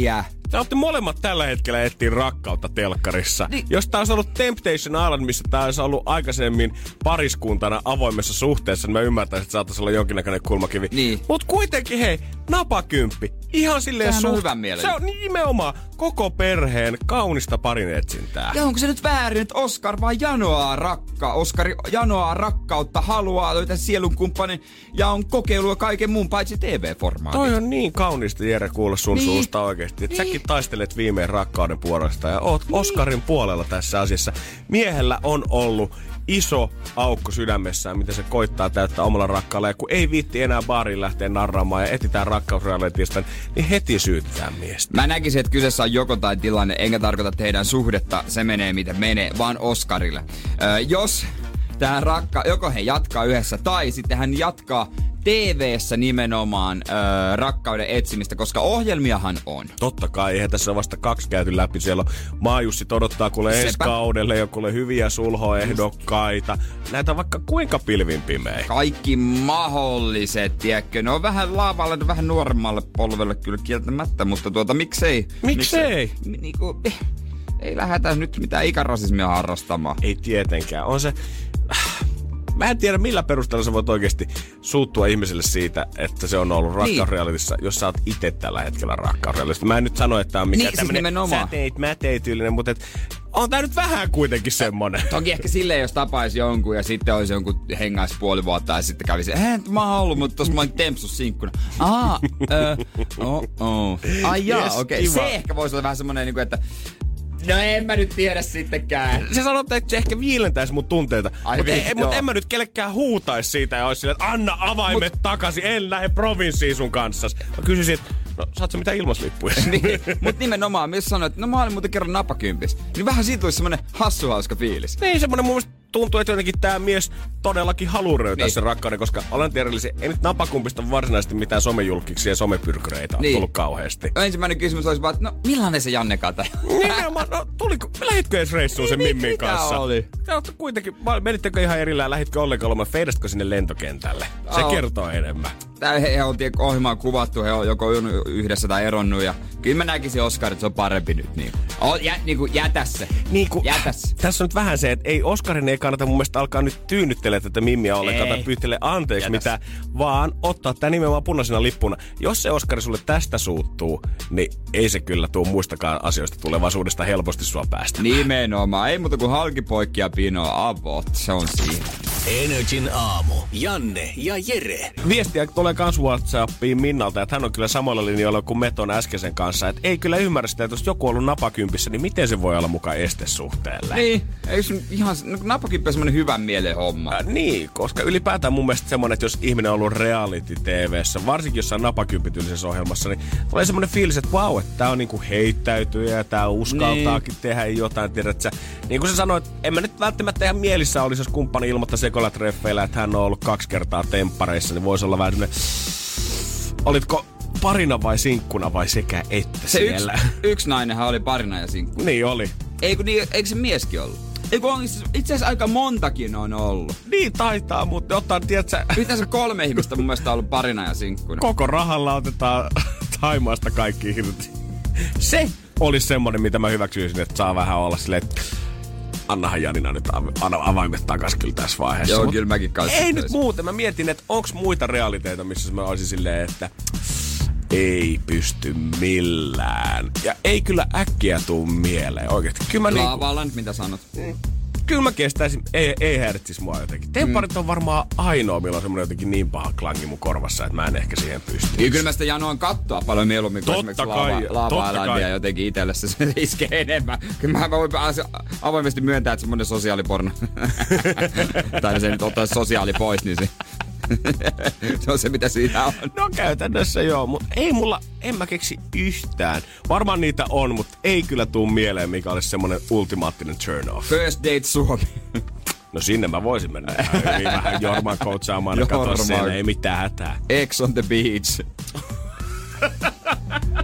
Te olette molemmat tällä hetkellä etsiä rakkautta telkkarissa. Niin. Jos tää olisi ollut Temptation Island, missä tää olisi ollut aikaisemmin pariskuntana avoimessa suhteessa, niin mä ymmärtäisin, että saattaisi olla jonkinnäköinen kulmakivi. Niin. Mut kuitenkin hei, napakymppi. Ihan silleen sehän on hyvän mielen. Se on nimenomaan koko perheen kaunista parin etsintää. Ja onko se nyt väärin, että Oskar vaan Oskari janoaa rakkautta, haluaa löytää sielunkumppanin ja on kokeilua kaiken muun paitsi TV-formaatin. Toi on niin kaunista, Jere, kuulla sun suusta oikeesti. Että säkin taistelet viimein rakkauden puolesta ja oot Oskarin puolella tässä asiassa. Miehellä on ollut iso aukko sydämessään, mitä se koittaa täyttää omalla rakkaalla. Ja kun ei viitti enää baariin lähteä narraamaan ja etsitään rakkausrealitista, niin heti syytetään miestä. Mä näkisin, että kyseessä on joko tai tilanne, enkä tarkoita teidän suhdetta, se menee miten menee, vaan Oskarille. Jos tähän joko he jatkaa yhdessä tai sitten hän jatkaa TV:ssä nimenomaan rakkauden etsimistä, koska ohjelmiahan on. Totta kai, eihän tässä on vasta 2 käyty läpi. Siellä on Maajussi odottaa kuule ensi kaudelle ja kuule hyviä sulhoehdokkaita. Näitä on vaikka kuinka pilvin pimeä. Kaikki mahdolliset, tiedätkö? Ne on vähän laavalle, vähän nuoremmalle polvelle kyllä kieltämättä, mutta miksei? Miksei? Niinku, ei lähdetä nyt mitään ikärasismia harrastamaan. Ei tietenkään. On se... Mä en tiedä, millä perusteella sä voit oikeesti suuttua ihmiselle siitä, että se on ollut rakkausrealitissa, jos sä oot itse tällä hetkellä rakkausrealitissa. Mä en nyt sano, että tää on mikään tämmönen mä teit tyylinen, mutta on tää nyt vähän kuitenkin semmonen. Toki ehkä silleen, jos tapaisi jonkun ja sitten olisi jonkun hengais puoli vuotta ja sitten kävisi, mä oon ollut, mutta tossa mä olin tempsus sinkkuna. Ai jaa, okei. Se ehkä voisi olla vähän semmonen, että no en mä nyt tiedä sittenkään. Se sanottaa, että se ehkä viilentäisi mun tunteita. Mutta en mä nyt kellekään huutaisi siitä ja olisi silleen, että anna avaimet takaisin, en lähde provinssiin sun kanssa. Mä kysyisin, että no saat sä mitään ilmaslippuja? Niin, mut nimenomaan, jos sanoit, että no mä olin muuten kerran napakympis, niin vähän siitä tulisi semmonen hassuhauska fiilis. Niin, semmonen mun mielestä tuntuu, että jotenkin tää mies todellakin haluaa löytää sen rakkauden, koska olen tiedällisen, ei nyt napakumpista varsinaisesti mitään somejulkiksi ja somepyrkyreitä on tullut kauheasti. Ensimmäinen kysymys olisi vaan, että no millainen se Janne kata? Nimenomaan, no lähitkö edes reissuun sen Mimmin kanssa? Oli? Kuitenkin, menittekö ihan erillään, lähitkö ollenkaan olemaan, feidasitko sinne lentokentälle? Se kertoo enemmän. He on ohjelmaa kuvattu, he on joko yhdessä tai eronnut ja kyllä mä näkisin Oskar, että se on parempi nyt. Jätä se. Tässä on nyt vähän se, että ei Oskarin ei kannata mun mielestä alkaa nyt tyynnyttelemään tätä Mimmiä ollenkaan tai pyyttelee anteeksi mitään, vaan ottaa tää nimenomaan punaisena lippuna. Jos se Oskari sulle tästä suuttuu, niin ei se kyllä tuu muistakaan asioista tulevaisuudesta helposti sua päästä. Nimenomaan, ei muuta kuin halkipoikki ja pinoa avot, se on siinä. NRJ:n aamu. Janne ja Jere. Viestiä tulee kans WhatsAppiin Minnalta, että hän on kyllä samalla linjoilla kuin Meton äskeisen kanssa. Että ei kyllä ymmärrä sitä, että jos joku on ollut napakympissä, niin miten se voi olla mukaan estesuhteelle? Niin, ei se ihan... Napakymppi on semmonen hyvän mielen homma. Niin, koska ylipäätään mun mielestä semmonen, että jos ihminen on ollut reality-tv:ssä, varsinkin jossain napakymppityylisessä ohjelmassa, niin tulee semmonen fiilis, että vau, että tää on niinku heittäytyjä ja tää uskaltaakin tehdä jotain. Tiedät sä, niin kuin sä sanoit, en mä nyt välttämättä ihan mielissä olisi, jos kumppani ilmoittaisi treffeillä, että hän on ollut 2 kertaa temppareissa, niin voisi olla vähän semmoinen, olitko parina vai sinkkuna vai sekä että se siellä? Yksi nainenhan oli parina ja sinkkuna. Niin oli. Eikö se mieskin ollut? Eikö itse asiassa aika montakin on ollut. Niin taitaa, mutta ottaa, tiedätkö... Yhteensä 3 ihmistä mun mielestä on ollut parina ja sinkkuna. Koko rahalla otetaan Thaimaasta kaikki irti. Se olisi semmoinen, mitä mä hyväksyisin, että saa vähän olla silleen, että annahan Janina nyt avaimet takas kyllä tässä vaiheessa. Joo, kyllä mäkin kanssa. Ei nyt muuten. Mä mietin, että onks muita realiteita, missä mä olisin silleen, että ei pysty millään. Ja ei kyllä äkkiä tuu mieleen oikeesti. Laavalla nyt mitä sanot? Kyllä mä kestäisin. Ei häiritsis mua jotenkin. Tempparit on varmaan ainoa, millä on semmonen jotenkin niin paha klangi mun korvassa, että mä en ehkä siihen pysty. Kyllä mä sitä janoan kattoa paljon mieluummin kuin esimerkiksi Laava-Islandia jotenkin itselle se iskee enemmän. Kyllä mä voin avoimesti myöntää, että semmonen sosiaaliporno. Tai se nyt ottaa sosiaali pois, niin se on se, mitä siinä on. No käytännössä joo, mutta en mä keksi yhtään. Varmaan niitä on, mutta ei kyllä tuu mieleen, mikä olisi semmonen ultimaattinen turn off. First date Suomi. No sinne mä voisin mennä ihan hyvin vähän Jorman coachaamaan ja katsoa siellä, ei mitään hätää. Ex on the beach.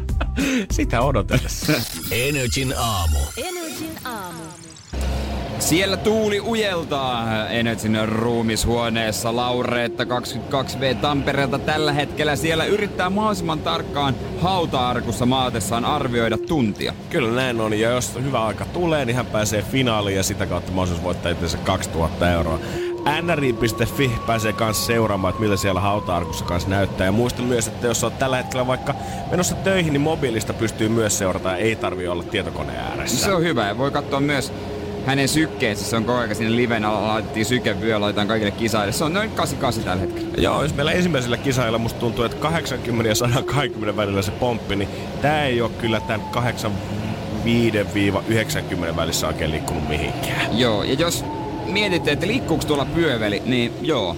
Sitä odotellessa. NRJ:n aamu. NRJ:n aamu. Siellä tuuli ujeltaa Energyn ruumishuoneessa. Laureetta 22V Tampereelta tällä hetkellä. Siellä yrittää mahdollisimman tarkkaan hauta-arkussa maatessaan arvioida tuntia. Kyllä näin on, ja jos hyvä aika tulee, niin hän pääsee finaaliin ja sitä kautta mahdollisuus voittaa itse 2000 euroa. nri.fi pääsee kanssa seuraamaan, että miltä siellä hauta-arkussa kanssa näyttää. Ja muistan myös, että jos olet tällä hetkellä vaikka menossa töihin, niin mobiilista pystyy myös seurata ja ei tarvitse olla tietokoneen ääressä. Se on hyvä ja voi katsoa myös hänen sykkeensä. Se on koko ajan siinä livenä, laitettiin sykevyö, laitetaan kaikille kisaille. Se on noin 88 tällä hetkellä. Joo, jos meillä ensimmäisellä kisailla musta tuntuu, että 80 ja 120 välillä se pomppi, niin tää ei ole kyllä tän 85-90 välissä oikein liikkunut mihinkään. Joo, ja jos mietitte, että liikkuuko tuolla pyöveli, niin joo.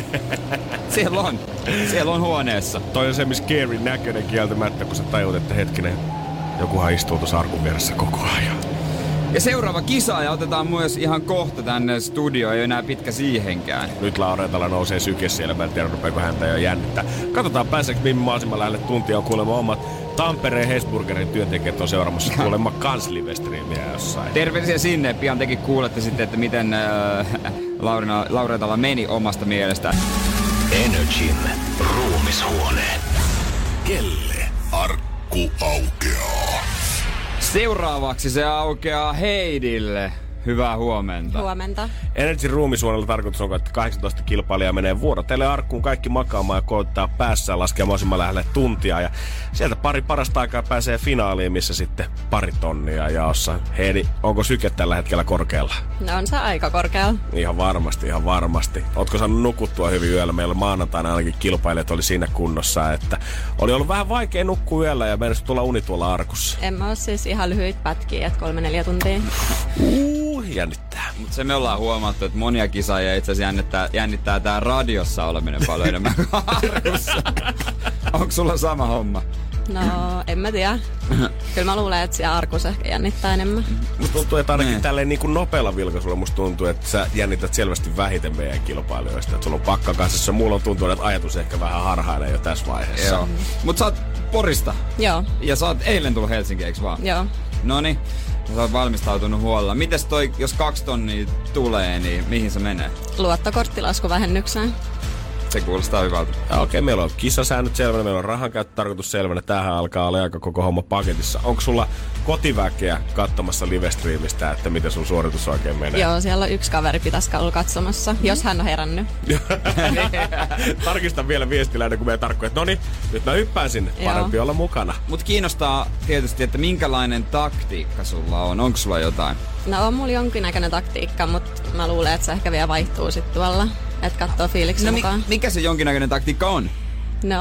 Siellä on huoneessa. Toi on se, missä Gearin näköinen kieltämättä, kun sä tajut, että hetkinen, jokuhan istuu tuossa arkun vieressä koko ajan. Ja seuraava kisaaja otetaan myös ihan kohta tänne studioon, ei ole enää pitkä siihenkään. Nyt Laureetalla nousee syke siellä, mä en tiedä rupeeko häntä jo jännittää. Katsotaan pääseekö Mimmi mahdollisimman lähelle tuntia, on kuulemma omat Tampereen Hesburgerin työntekijät on seuraamassa kuulemma kans live-striimiä jossain. Terveisiä sinne, pian tekin kuulette sitten, että miten Laureetalla meni omasta mielestä. Energin ruumishuone. Kelle arkku aukeaa? Seuraavaksi se aukeaa Heidille. Hyvää huomenta. Huomenta. Energyn ruumisuonella tarkoitus on, että 18 kilpailijaa menee vuorotelle arkkuun kaikki makaamaan ja koittaa päässään laskea mahdollisimman lähelle tuntia. Ja sieltä pari parasta aikaa pääsee finaaliin, missä sitten 2 tonnia jaossa. Heidi, onko syke tällä hetkellä korkealla? No on se aika korkealla. Ihan varmasti. Ootko saanut nukuttua hyvin yöllä? Meillä maanantaina ainakin kilpailijat oli siinä kunnossa, että oli ollut vähän vaikea nukkua yöllä ja mennessä tulla uni tuolla arkussa. En mä oo siis ihan lyhyitä pätkiä, että 3-4 tuntia. Jännittää. Mutta se me ollaan huomattu, että monia kisaajia itse asiassa jännittää tää radiossa oleminen paljon enemmän kuin arkussa. Onko sulla sama homma? No, en mä tiedä. Kyllä mä luulen, että siellä arkussa ehkä jännittää enemmän. Musta tuntuu, että ainakin tälleen niin kuin nopealla vilkaisulla musta tuntuu, että sä jännität selvästi vähiten meidän kilpailijoista. Että sulla on pakka kanssa. Mulla on tuntunut, että ajatus ehkä vähän harhainen jo tässä vaiheessa. Joo. Mut sä oot Porista. Joo. Ja sä oot eilen tullut Helsinkiin, eiks vaan? Joo. Noniin. Sä oot valmistautunut huolella. Mites toi, jos 2 tonnia tulee, niin mihin se menee? Luottokorttilaskuvähennykseen. Se kuulostaa hyvältä. Okei, meillä on kisasäännöt selvänä, meillä on rahankäyttö tarkoitus selvänä. Tämähän alkaa olla aika koko homma paketissa. Onko sulla kotiväkeä katsomassa live-striimistä, että miten sun suoritus oikein menee? Joo, siellä on yksi kaveri pitäisi olla katsomassa, jos hän on herännyt. Tarkistan vielä viestiläinen, kun me tarkkoin, että noniin, nyt mä hyppään sinne. Parempi olla mukana. Mut kiinnostaa tietysti, että minkälainen taktiikka sulla on. Onko sulla jotain? No on mulla jonkinnäköinen taktiikka, mutta mä luulen, että se ehkä vielä vaihtuu sit tuolla. Että kattoo fiiliksen mukaan. Mikä se jonkinnäköinen taktiikka on? No,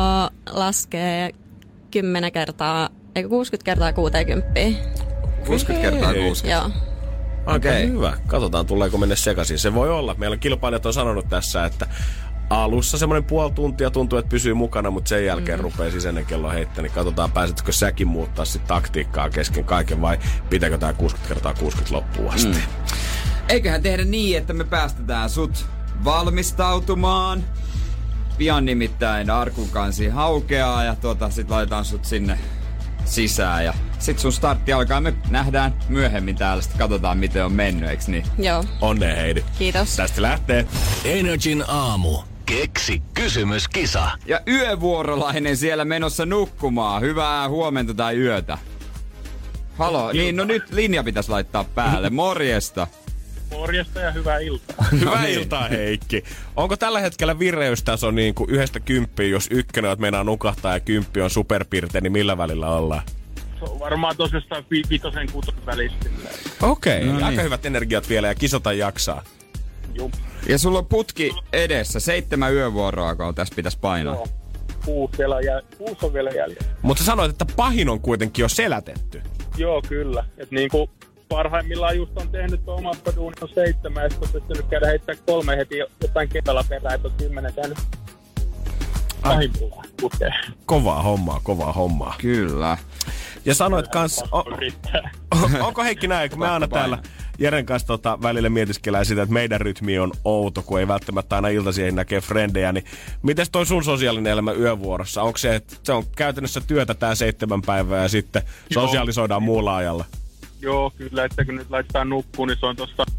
laskee 10 kertaa, eikö 60 kertaa 60. 60 kertaa 60? Joo. Okei. Hyvä. Katsotaan, tuleeko mennä sekaisin. Se voi olla. Meillä kilpailijat on sanonut tässä, että alussa semmoinen puoli tuntia tuntuu, että pysyy mukana, mutta sen jälkeen rupeaa sisäinen kello heittämään. Niin katsotaan, pääsetkö säkin muuttaa sit taktiikkaa kesken kaiken vai pitääkö tää 60 kertaa 60 loppuun asti? Eiköhän tehdä niin, että me päästetään sut valmistautumaan. Pian nimittäin arkun kansi haukeaa ja sit laitetaan sut sinne sisään ja sit sun startti alkaa. Me nähdään myöhemmin täällä, sit katsotaan miten on mennyt, eiks niin? Joo. Onnea Heidi. Kiitos. Tästä lähtee. Energin aamu. Keksi kysymyskisa. Ja yövuorolainen siellä menossa nukkumaan. Hyvää huomenta tai yötä. Halo, niin no nyt linja pitäisi laittaa päälle. Morjesta. Morjesta ja hyvää iltaa. Hyvää iltaa, Heikki. Onko tällä hetkellä vireystaso niin kuin 1-10, jos 1 on, meinaa nukahtaa ja 10 on superpirte, niin millä välillä ollaan? Se on varmaan tosissaan 5-6 välistä. Okei, no niin. Aika hyvät energiat vielä ja kisata jaksaa. Juh. Ja sulla on putki edessä, 7 yövuoroa, kun tässä pitäisi painaa. Joo. 6 on vielä jäljellä. Mutta sanoit, että pahin on kuitenkin jo selätetty. Joo, kyllä. Et niinku parhaimmillaan just on tehnyt tuo omasta duuni on 7 ja sitten on pystynyt käydä heittää 3 heti jotain kesällä perään, että on 10 käynyt pahimmillaan putkeen. Kovaa hommaa. Kyllä. Ja sanoit kans, onko Heikki näin, kun me aina täällä Jeren kanssa välillä mietiskellään sitä, että meidän rytmi on outo, kun ei välttämättä aina iltaisin näkee frendejä, niin mites toi sun sosiaalinen elämä yövuorossa? Onko se, että se on käytännössä työtä tää 7 päivää ja sitten sosiaalisoidaan muulla ajalla? Joo, kyllä, että kun nyt laitetaan nukkuun, niin se on tuossa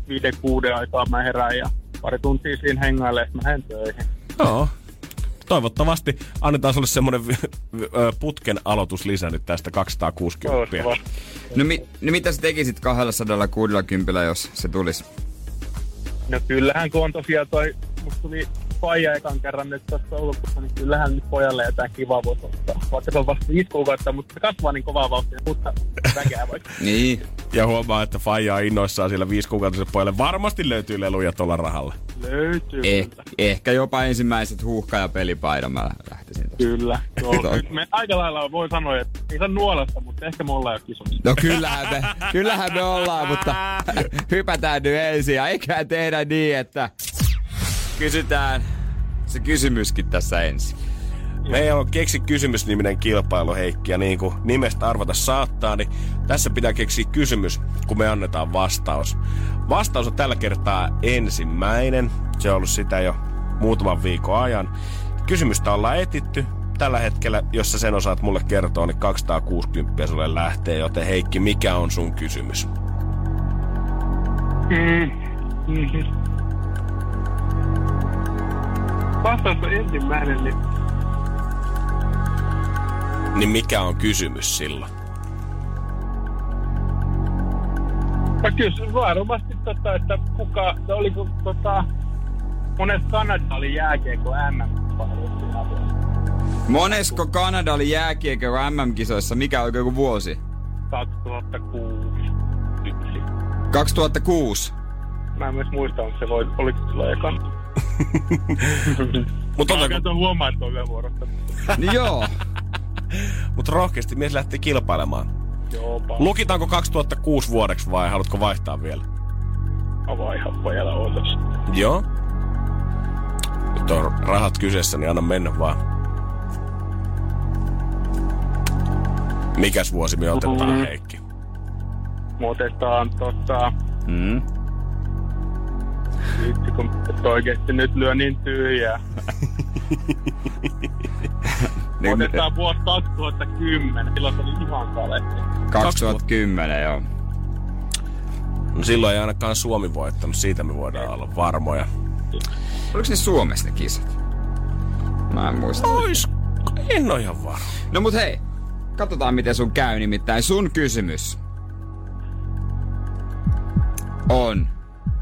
5-6 aikaa mä herään ja pari tuntia siinä hengailee, että mä lähden töihin. Joo. Toivottavasti annetaan sulle semmonen putken aloituslisä nyt tästä 260. No mitä sä tekisit 260, jos se tulisi? No kyllähän kun on tosiaan musta tuli faija ekan kerran nyt tässä joulukuussa, niin kyllähän nyt pojalle jotain kivaa voisi ottaa. Vaikka se on vasta 5 kuukautta, mutta se kasvaa niin kovaa vauhtia, mutta väkeä vaikka. Niin. Ja huomaa, että faija on innoissaan sillä 5-kuukautiselle pojalle. Varmasti löytyy leluja tuolla rahalla. Löytyy. Ehkä jopa ensimmäiset huuhka- ja pelipaidan mä lähtisin tosta. Kyllä. Nyt me aika lailla voi sanoa, että ei saa nuolasta, mutta ehkä me ollaan jo kisossa. No kyllähän me ollaan, mutta hypätään nyt ensin ja eikä tehdä niin, että kysytään se kysymyskin tässä ensin. Meillä on Keksi kysymys-niminen kilpailu, Heikki, ja niin kuin nimestä arvata saattaa, niin tässä pitää keksiä kysymys, kun me annetaan vastaus. Vastaus on tällä kertaa ensimmäinen. Se on ollut sitä jo muutaman viikon ajan. Kysymystä ollaan etitty. Tällä hetkellä, jos sä sen osaat mulle kertoa, niin 260 sulle lähtee. Joten Heikki, mikä on sun kysymys? Vastaus on ensimmäinen, Niin mikä on kysymys silloin? No kyllä varmasti että oliko mones Kanada oli jääkiekko MM-kisoissa. Monesko Kanada oli jääkiekko MM-kisoissa? Mikä oli joku vuosi? 2006. 2006? Mä en myös muista, onko se oliko se silloin ekan. Mutta on huomaa, että on vielä vuorosta. Niin joo. Mutta rohkeasti mies lähti kilpailemaan. Joo, Lukitaanko 2006 vuodeksi vai haluatko vaihtaa vielä? Vaihan pojalla otas. Joo. Nyt on rahat kyseessä, niin anna mennä vaan. Mikäs vuosi me otetaan, Heikki? Me otetaan Vitsi, kun oikeesti nyt lyö niin tyhjää. Otetaan vuosi 2010. Silloin se oli ihan kaletti. 2010, joo. No silloin ei ainakaan Suomi voittanut. Siitä me voidaan olla varmoja. Oliko ne Suomessa ne kisat? Mä en muista. En oo ihan varma. No mut hei, katsotaan miten sun käy. Nimittäin sun kysymys on...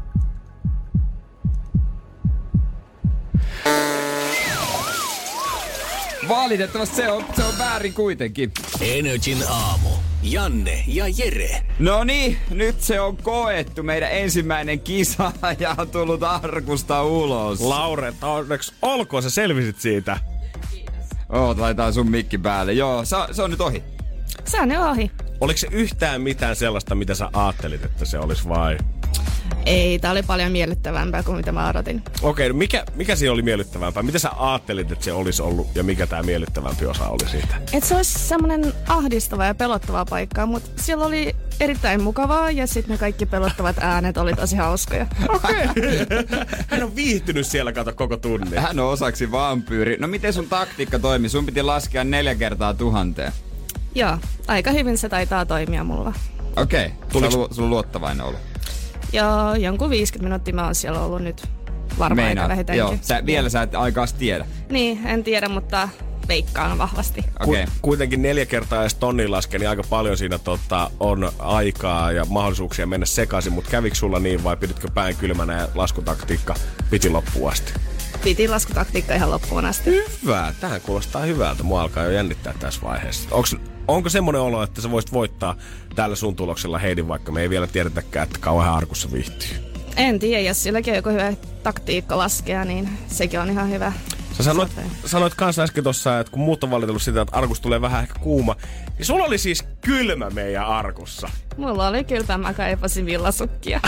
Valitettavasti se on väärin kuitenkin. Energin aamu. Janne ja Jere. No niin, nyt se on koettu. Meidän ensimmäinen kisa ja on tullut arkusta ulos. Lauretta, onneksi olkoon, sä selvisit siitä. Laitetaan sun mikki päälle. Joo, se on nyt ohi. Se on nyt ohi. Oliko se yhtään mitään sellaista, mitä sä ajattelit, että se olisi vai? Ei, tää oli paljon miellyttävämpää kuin mitä mä odotin. Okei, mikä siinä oli miellyttävämpää? Mitä sä ajattelit, että se olisi ollut ja mikä tää miellyttävämpi osa oli siitä? Se olisi semmonen ahdistava ja pelottava paikka, mutta siellä oli erittäin mukavaa ja sitten ne kaikki pelottavat äänet oli tosi hauskoja. Okei. Hän on viihtynyt siellä, kato, koko tunnin. Hän on osaksi vampyyri. No miten sun taktiikka toimi? Sun piti laskea 4 kertaa 1000. Joo, aika hyvin se taitaa toimia mulla. Okei. Sulla on luottavainen olo. Joo, jonkun 50 minuuttia mä oon siellä ollut nyt varmaan aika vähintäänkin. Joo, vielä sä et aikaas tiedä. Niin, en tiedä, mutta veikkaan vahvasti. Okay. Kuitenkin 4 kertaa edes tonnin laskee, niin aika paljon siinä on aikaa ja mahdollisuuksia mennä sekaisin, mutta kävikö sulla niin vai piditkö pään kylmänä ja laskutaktiikka piti loppuun asti? Piti laskutaktiikka ihan loppuun asti. Hyvä, tähän kuulostaa hyvältä. Mua alkaa jo jännittää tässä vaiheessa. Onko semmoinen olo, että sä voisit voittaa tällä sun tuloksella Heidin, vaikka me ei vielä tiedetäkään, että kauhean arkussa viihtyy? En tiedä, jos silläkin on joku hyvä taktiikka laskea, niin sekin on ihan hyvä. Sä sanoit kanssa äsken tossa, että kun muut on valitellut sitä, että arkussa tulee vähän ehkä kuuma, niin sulla oli siis kylmä meidän arkussa. Mulla oli kylmä, mä kaipasin villasukkia.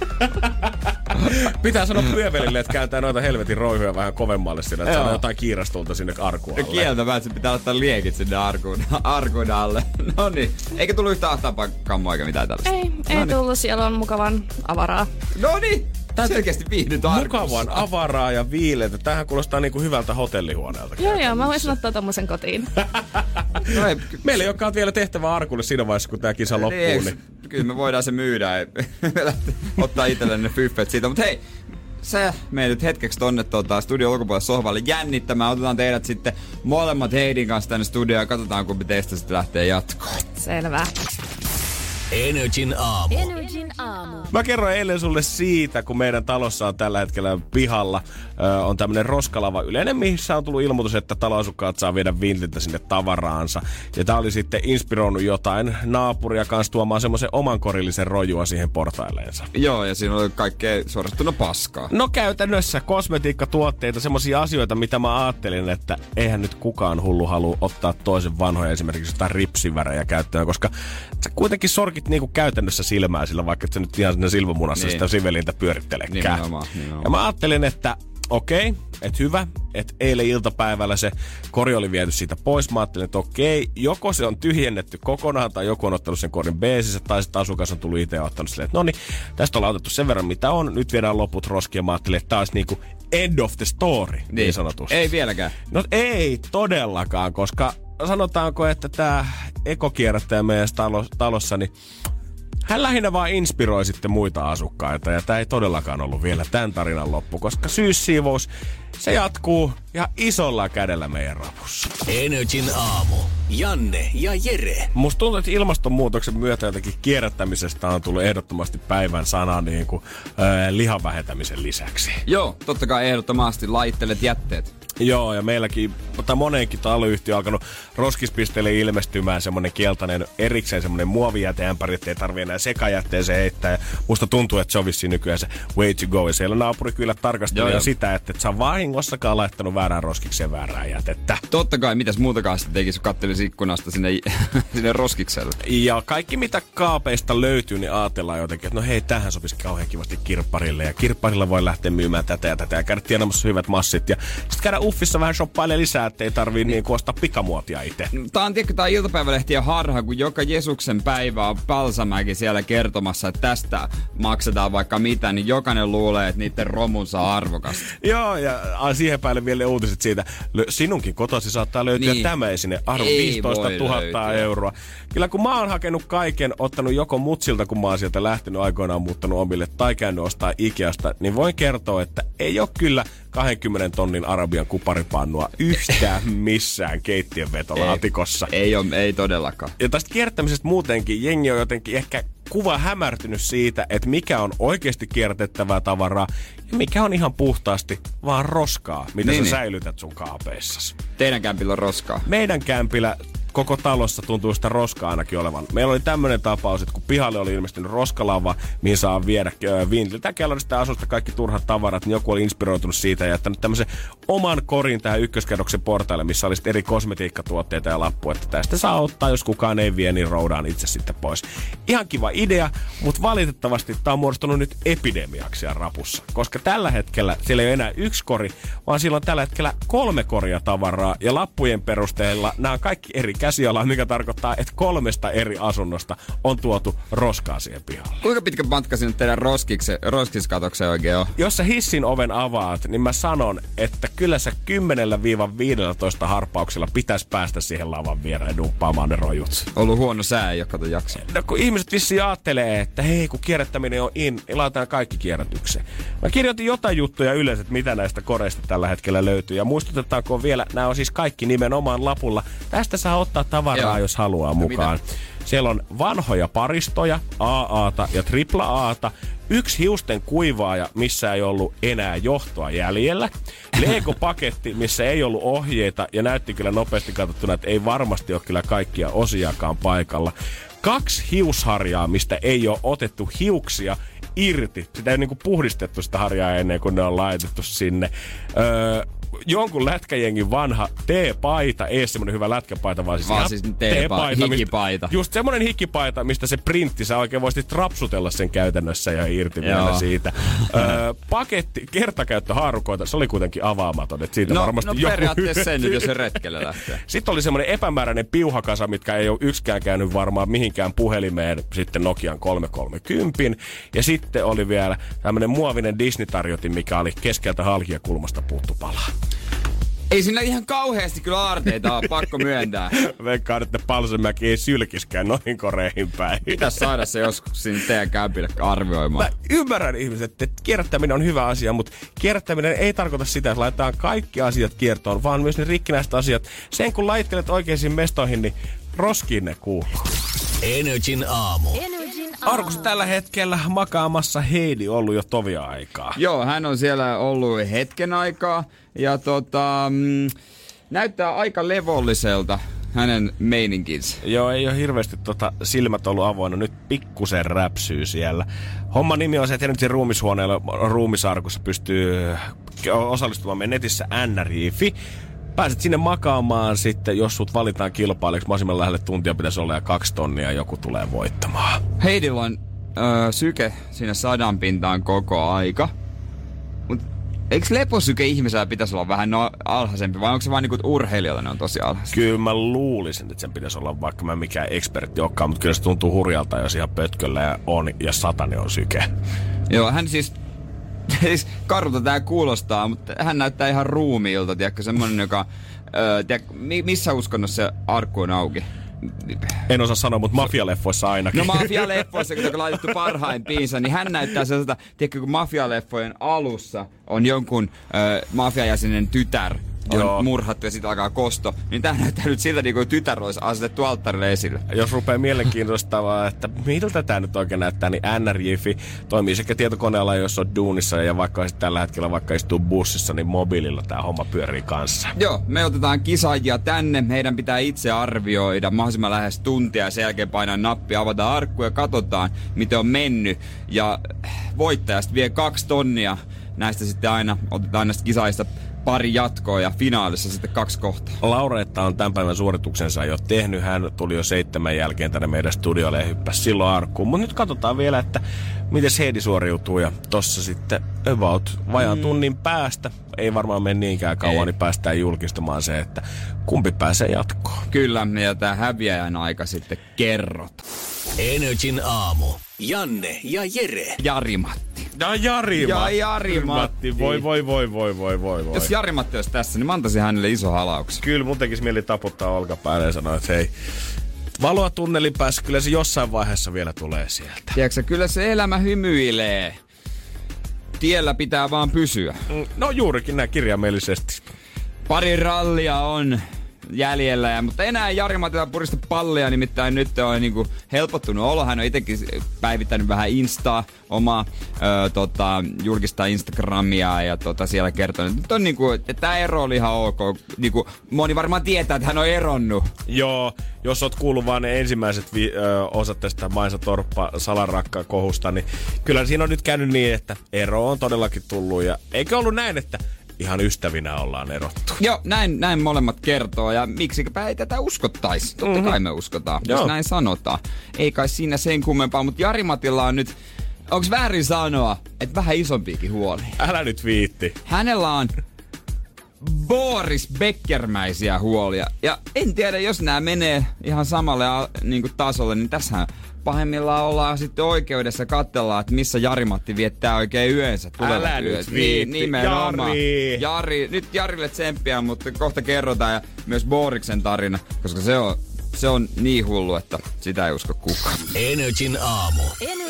Pitää sanoa pyövelille, että kääntää noita helvetin roihuja vähän kovemmalle sinne, että saadaan jotain kiirastulta sinne arkuun alle. Kieltämättä, pitää ottaa liekit sinne arkun alle. Noniin. Eikä tullut yhtä ahtaapakkammoa eikä mitään tällaista? Ei tullut. Siellä on mukavan avaraa. Noniin. Selkeästi viihdyt arkussa. Mukavan avaraa ja viileitä. Tämähän kuulostaa niinku hyvältä hotellihuoneelta. Joo, mä voisin ottaa tommosen kotiin. Meillä ei olekaan vielä tehtävä Arkulle siinä vaiheessa, kun tää kisa loppuu. Niin. Kyllä me voidaan se myydä ja ottaa itselle ne fyffet siitä. Mutta hei, sä meidät hetkeksi tonne studion ulkopuolelle sohvalle jännittämään. Otetaan teidät sitten molemmat Heidin kanssa tänne studioon ja katsotaan, kumpi teistä sitten lähtee jatkoon. Selvä. Energin aamu. Mä kerroin eilen sulle siitä, kun meidän talossa on tällä hetkellä pihalla on tämmönen roskalava yleinen, missä on tullut ilmoitus, että taloasukkaat saa viedä vintiltä sinne tavaraansa. Ja tää oli sitten inspiroinut jotain naapuria kanssa tuomaan semmoisen oman korillisen rojua siihen portailleensa. Joo, ja siinä oli kaikkea suorastuna paskaa. No käytännössä kosmetiikkatuotteita, semmosia asioita, mitä mä ajattelin, että eihän nyt kukaan hullu halua ottaa toisen vanhoja esimerkiksi jotain ripsivärejä käyttöön, koska sä kuitenkin sorkit niinku käytännössä silmää sillä, vaikka et sä nyt ihan siinä silmämunassa niin sitä sivelintä pyörittelekään. Nimenomaan. Ja mä ajattelin, että okei, että hyvä, että eilen iltapäivällä se kori oli viety siitä pois. Mä ajattelin, että okei, joko se on tyhjennetty kokonaan tai joku on ottanut sen korin beesissä tai sitten asukas on tullut itse ja ottanut silleen, että no niin, tästä ollaan otettu sen verran mitä on, nyt viedään loput roskiin ja mä ajattelin, että tää olisi niinku end of the story, niin sanotusti. Ei vieläkään. No ei todellakaan, koska sanotaanko, että tää ekokierrättäjä meidän talossa, niin hän lähinnä vaan inspiroi sitten muita asukkaita ja tää ei todellakaan ollut vielä tämän tarinan loppu, koska syyssiivous, se jatkuu ihan isolla kädellä meidän rapussa. Energin aamu. Janne ja Jere. Musta tuntuu, että ilmastonmuutoksen myötä jotenkin kierrättämisestä on tullut ehdottomasti päivän sana niin kuin lihan vähentämisen lisäksi. Joo, totta kai ehdottomasti laittelet jätteet. Joo, ja meilläkin, mutta moneenkin taloyhtiö on alkanut roskispisteelle ilmestymään semmonen keltainen, erikseen semmonen muovijäteämpäri, ettei tarvii enää sekajätteeseen heittää. Ja musta tuntuu, että se on vissiin nykyään se way to go. Ja siellä naapuri kyllä tarkastelee sitä, että et sä on vahingossakaan laittanut väärään roskikseen väärää jätettä. Totta kai, mitäs muutakaan sitten tekisi, kun kattelisi ikkunasta sinne roskikselle. Ja kaikki mitä kaapeista löytyy, niin ajatellaan jotenkin, että no hei, tähän sopisi kauhean kivasti kirpparille. Ja kirpparilla voi lähteä myymään tätä ja tätä ja käydä tienamassa hyvät massit. Ja sitten käydä uffissa vähän shoppailemaan lisää, ettei tarvii niinku ostaa pikamuotia itse. Tää on iltapäivälehtien harha, kun joka Jesuksen päivä on Palsamäki siellä kertomassa, että tästä maksetaan vaikka mitä, niin jokainen luulee, että niiden romunsa on arvokasta. Joo, ja siihen päälle vielä uutiset siitä. Sinunkin kotosi saattaa löytyä tämä esine, arvo 15 000 euroa. Kyllä kun mä oon hakenut kaiken, ottanut joko mutsilta, kun mä oon sieltä lähtenyt aikoinaan muuttanut omille, tai käynyt ostaa Ikeasta, niin voin kertoa, että ei ole kyllä 20 tonnin Arabian kuparipannua yhtään missään keittiönvetolaatikossa. Ei todellakaan. Ja tästä kierrättämisestä muutenkin jengi on jotenkin ehkä kuva hämärtynyt siitä, että mikä on oikeasti kierrätettävää tavaraa ja mikä on ihan puhtaasti vaan roskaa, mitä sä säilytät sun kaapeissasi. Teidän kämpillä on roskaa? Meidän kämpillä koko talossa tuntuu sitä roskaa ainakin olevan. Meillä oli tämmönen tapaus, että kun pihalle oli ilmestynyt roskalava, mihin saa viedä vintiltä kellarista ja asusta kaikki turhat tavarat, niin joku oli inspiroitunut siitä ja jättänyt tämmöisen oman korin tähän ykköskerroksen portaille, missä oli eri kosmetiikkatuotteita ja lappu, että tästä saa ottaa, jos kukaan ei vie, niin roudaan itse sitten pois. Ihan kiva idea, mutta valitettavasti tää on muodostunut nyt epidemiaksi ja rapussa, koska tällä hetkellä siellä ei ole enää yksi kori, vaan siellä on tällä hetkellä 3 koria tavaraa ja lappujen perusteella nämä on kaikki eri käsialaa, mikä tarkoittaa, että 3 eri asunnosta on tuotu roskaa siihen pihalle. Kuinka pitkä matka sinne teidän roskiskatokseen oikein on? Jos sä hissin oven avaat, niin mä sanon, että kyllä sä 10-15 harppauksella pitäisi päästä siihen lavan viereen dumppaamaan ne rojut. Ollut huono sää, ei ole kato jaksa. No kun ihmiset vissiin ajattelee, että hei, kun kierrättäminen on niin laitetaan kaikki kierrätykseen. Mä kirjoitin jotain juttuja yleensä, että mitä näistä koreista tällä hetkellä löytyy. Ja muistutetaanko vielä, nämä on siis kaikki nimenomaan lapulla. Tästä saa ottaa tavaraa, jos haluaa mukaan. Siellä on vanhoja paristoja, AA:ta ja AA:ta. 1 hiusten kuivaaja, missä ei ollut enää johtoa jäljellä. Lego-paketti, missä ei ollut ohjeita ja näytti kyllä nopeasti katsottuna, että ei varmasti ole kyllä kaikkia osiakaan paikalla. 2 hiusharjaa, mistä ei ole otettu hiuksia irti. Sitä ei niinku puhdistettu sitä harjaa ennen kuin ne on laitettu sinne. Jonkun lätkäjengin vanha T-paita, ei semmonen hyvä lätkäpaita, vaan siis T-paita, hikipaita. Just semmonen hikipaita, mistä se printti, sä oikein voisit rapsutella sen käytännössä ja irti vielä siitä. Paketti, kertakäyttöhaarukoita, se oli kuitenkin avaamaton, että siitä varmasti joku periaatteessa sen nyt, jos se retkelle lähtee. Sitten oli semmonen epämääräinen piuhakasa, mitkä ei ole yksikään käynyt varmaan mihinkään puhelimeen, sitten Nokian 330. Ja sitten oli vielä tämmönen muovinen Disney-tarjotin, mikä oli keskeltä halki ja kulmasta puuttu palaa. Ei siinä ihan kauheasti kyllä aarteita ole, pakko myöntää. Veikkaan, että Palsamäki ei sylkiskään noihin koreihin päin. Pitäis saada se joskus sinne teidän kämpille arvioimaan. Mä ymmärrän ihmiset, että kierrättäminen on hyvä asia, mutta kierrättäminen ei tarkoita sitä, että laitetaan kaikki asiat kiertoon, vaan myös ne rikkinäiset asiat. Sen kun laittelet oikeisiin mestoihin, niin roskiin ne kuuluu. Energin aamu. Onko tällä hetkellä makaamassa Heidi ollut jo tovia aikaa? Joo, hän on siellä ollut hetken aikaa ja näyttää aika levolliselta hänen meininkinsä. Joo, ei ole hirveästi silmät ollut avoinna. Nyt pikkusen räpsyy siellä. Homman nimi on se, että Energin ruumishuoneella ruumisarkussa pystyy osallistumaan meidän netissä NRJ.fi. Pääset sinne makaamaan sitten, jos sut valitaan kilpailijaksi. Mahdollisimman lähelle tuntia pitäisi olla ja 2 tonnia joku tulee voittamaan. Heidillä on syke siinä 100 pintaan koko aika. Mut eikö leposyke ihmisellä pitäisi olla vähän alhaisempi, vai onko se vaan niinku urheilijoilla ne on tosi alhaisempi? Kyllä mä luulisin, että sen pitäisi olla, vaikka mä mikään ekspertti olekaan, mutta kyllä se tuntuu hurjalta, jos ihan pötköllä ja 100 on syke. Joo, hän siis karulta tää kuulostaa, mutta hän näyttää ihan ruumiilta, tiedätkö, semmonen, joka, missä uskonnossa se arkku on auki? En osaa sanoa, mutta mafialeffoissa ainakin. No mafialeffoissa, kun on laitettu parhaimpiinsa, niin hän näyttää sellaiselta, tiedätkö, kun mafialeffojen alussa on jonkun mafiajäsenen tytär, on murhattu ja sitten alkaa kosto, niin tää näyttää nyt siltä, niin kuin tytär olisi asetettu alttarille esille. Jos rupeaa mielenkiintoistavaa, että miltä tää nyt oikein näyttää, niin NRJ.fi toimii sekä tietokoneella, jos on duunissa, ja vaikka tällä hetkellä vaikka istuu bussissa, niin mobiililla tää homma pyörii kanssa. Joo, me otetaan kisaajia tänne, heidän pitää itse arvioida mahdollisimman lähes tuntia, ja sen jälkeen painaa nappia, avataan arkku ja katsotaan, miten on mennyt, ja voittajasta vie 2 tonnia. Näistä sitten aina otetaan näistä kisaajista pari jatkoa ja finaalissa sitten 2 kohtaa. Lauretta on tämän päivän suorituksensa jo tehnyt. Hän tuli jo 7 jälkeen tänne meidän studiolle ja hyppäsi silloin arkkuun. Mutta nyt katsotaan vielä, että miten Heidi suoriutuu. Ja tossa sitten about vajaan tunnin päästä, ei varmaan mene niinkään kauan, niin päästään julkistamaan se, että kumpi pääsee jatkoon. Kyllä, ja tää häviäjän aika sitten kerrotaan. Energin aamu. Janne ja Jere. Jari-Matti. Ja Jari-Matti. Voi. Jos Jari-Matti olisi tässä, niin mä antaisin hänelle iso halauksen. Kyllä, mun tekisi mieli taputtaa olkapäälle ja sanoa, että hei, valoa tunnelin päässä, kyllä se jossain vaiheessa vielä tulee sieltä. Tiedätkö, kyllä se elämä hymyilee. Tiellä pitää vaan pysyä. No juurikin näin kirjaimellisesti. Pari rallia on jäljellä, mutta enää Jari-Matilla purista pallia, nimittäin nyt on niinku helpottunut olo. Hän on itsekin päivittänyt vähän Instaa, omaa julkista Instagramia ja siellä kertonut, että on niinku, että tää ero oli ihan ok. Niinku, moni varmaan tietää, että hän on eronnut. Joo, jos oot kuullut vaan ne ensimmäiset osat tästä Maisa Torppa salarakka kohusta, niin kyllä siinä on nyt käynyt niin, että ero on todellakin tullut. Ja eikö ollut näin, että ihan ystävinä ollaan erottu? Joo, näin molemmat kertoo, ja miksikö ei tätä uskottaisi? Totta kai me uskotaan, jos näin sanotaan. Ei kai siinä sen kummempaa, mutta Jari-Matilla on nyt, onks väärin sanoa, että vähän isompiakin huoli? Älä nyt viitti. Hänellä on Boris Beckermäisiä huolia, ja en tiedä, jos nämä menee ihan samalle niin tasolle, niin tässähän pahimmillaan ollaan sitten oikeudessa katsellaan, että missä Jari-Matti viettää oikein yönsä. Älä nyt viitti. Nimenomaan. Jari. Nyt Jarille tsemppiä, mutta kohta kerrotaan ja myös Boriksen tarina, koska se on niin hullu, että sitä ei usko kukaan. Energin aamu.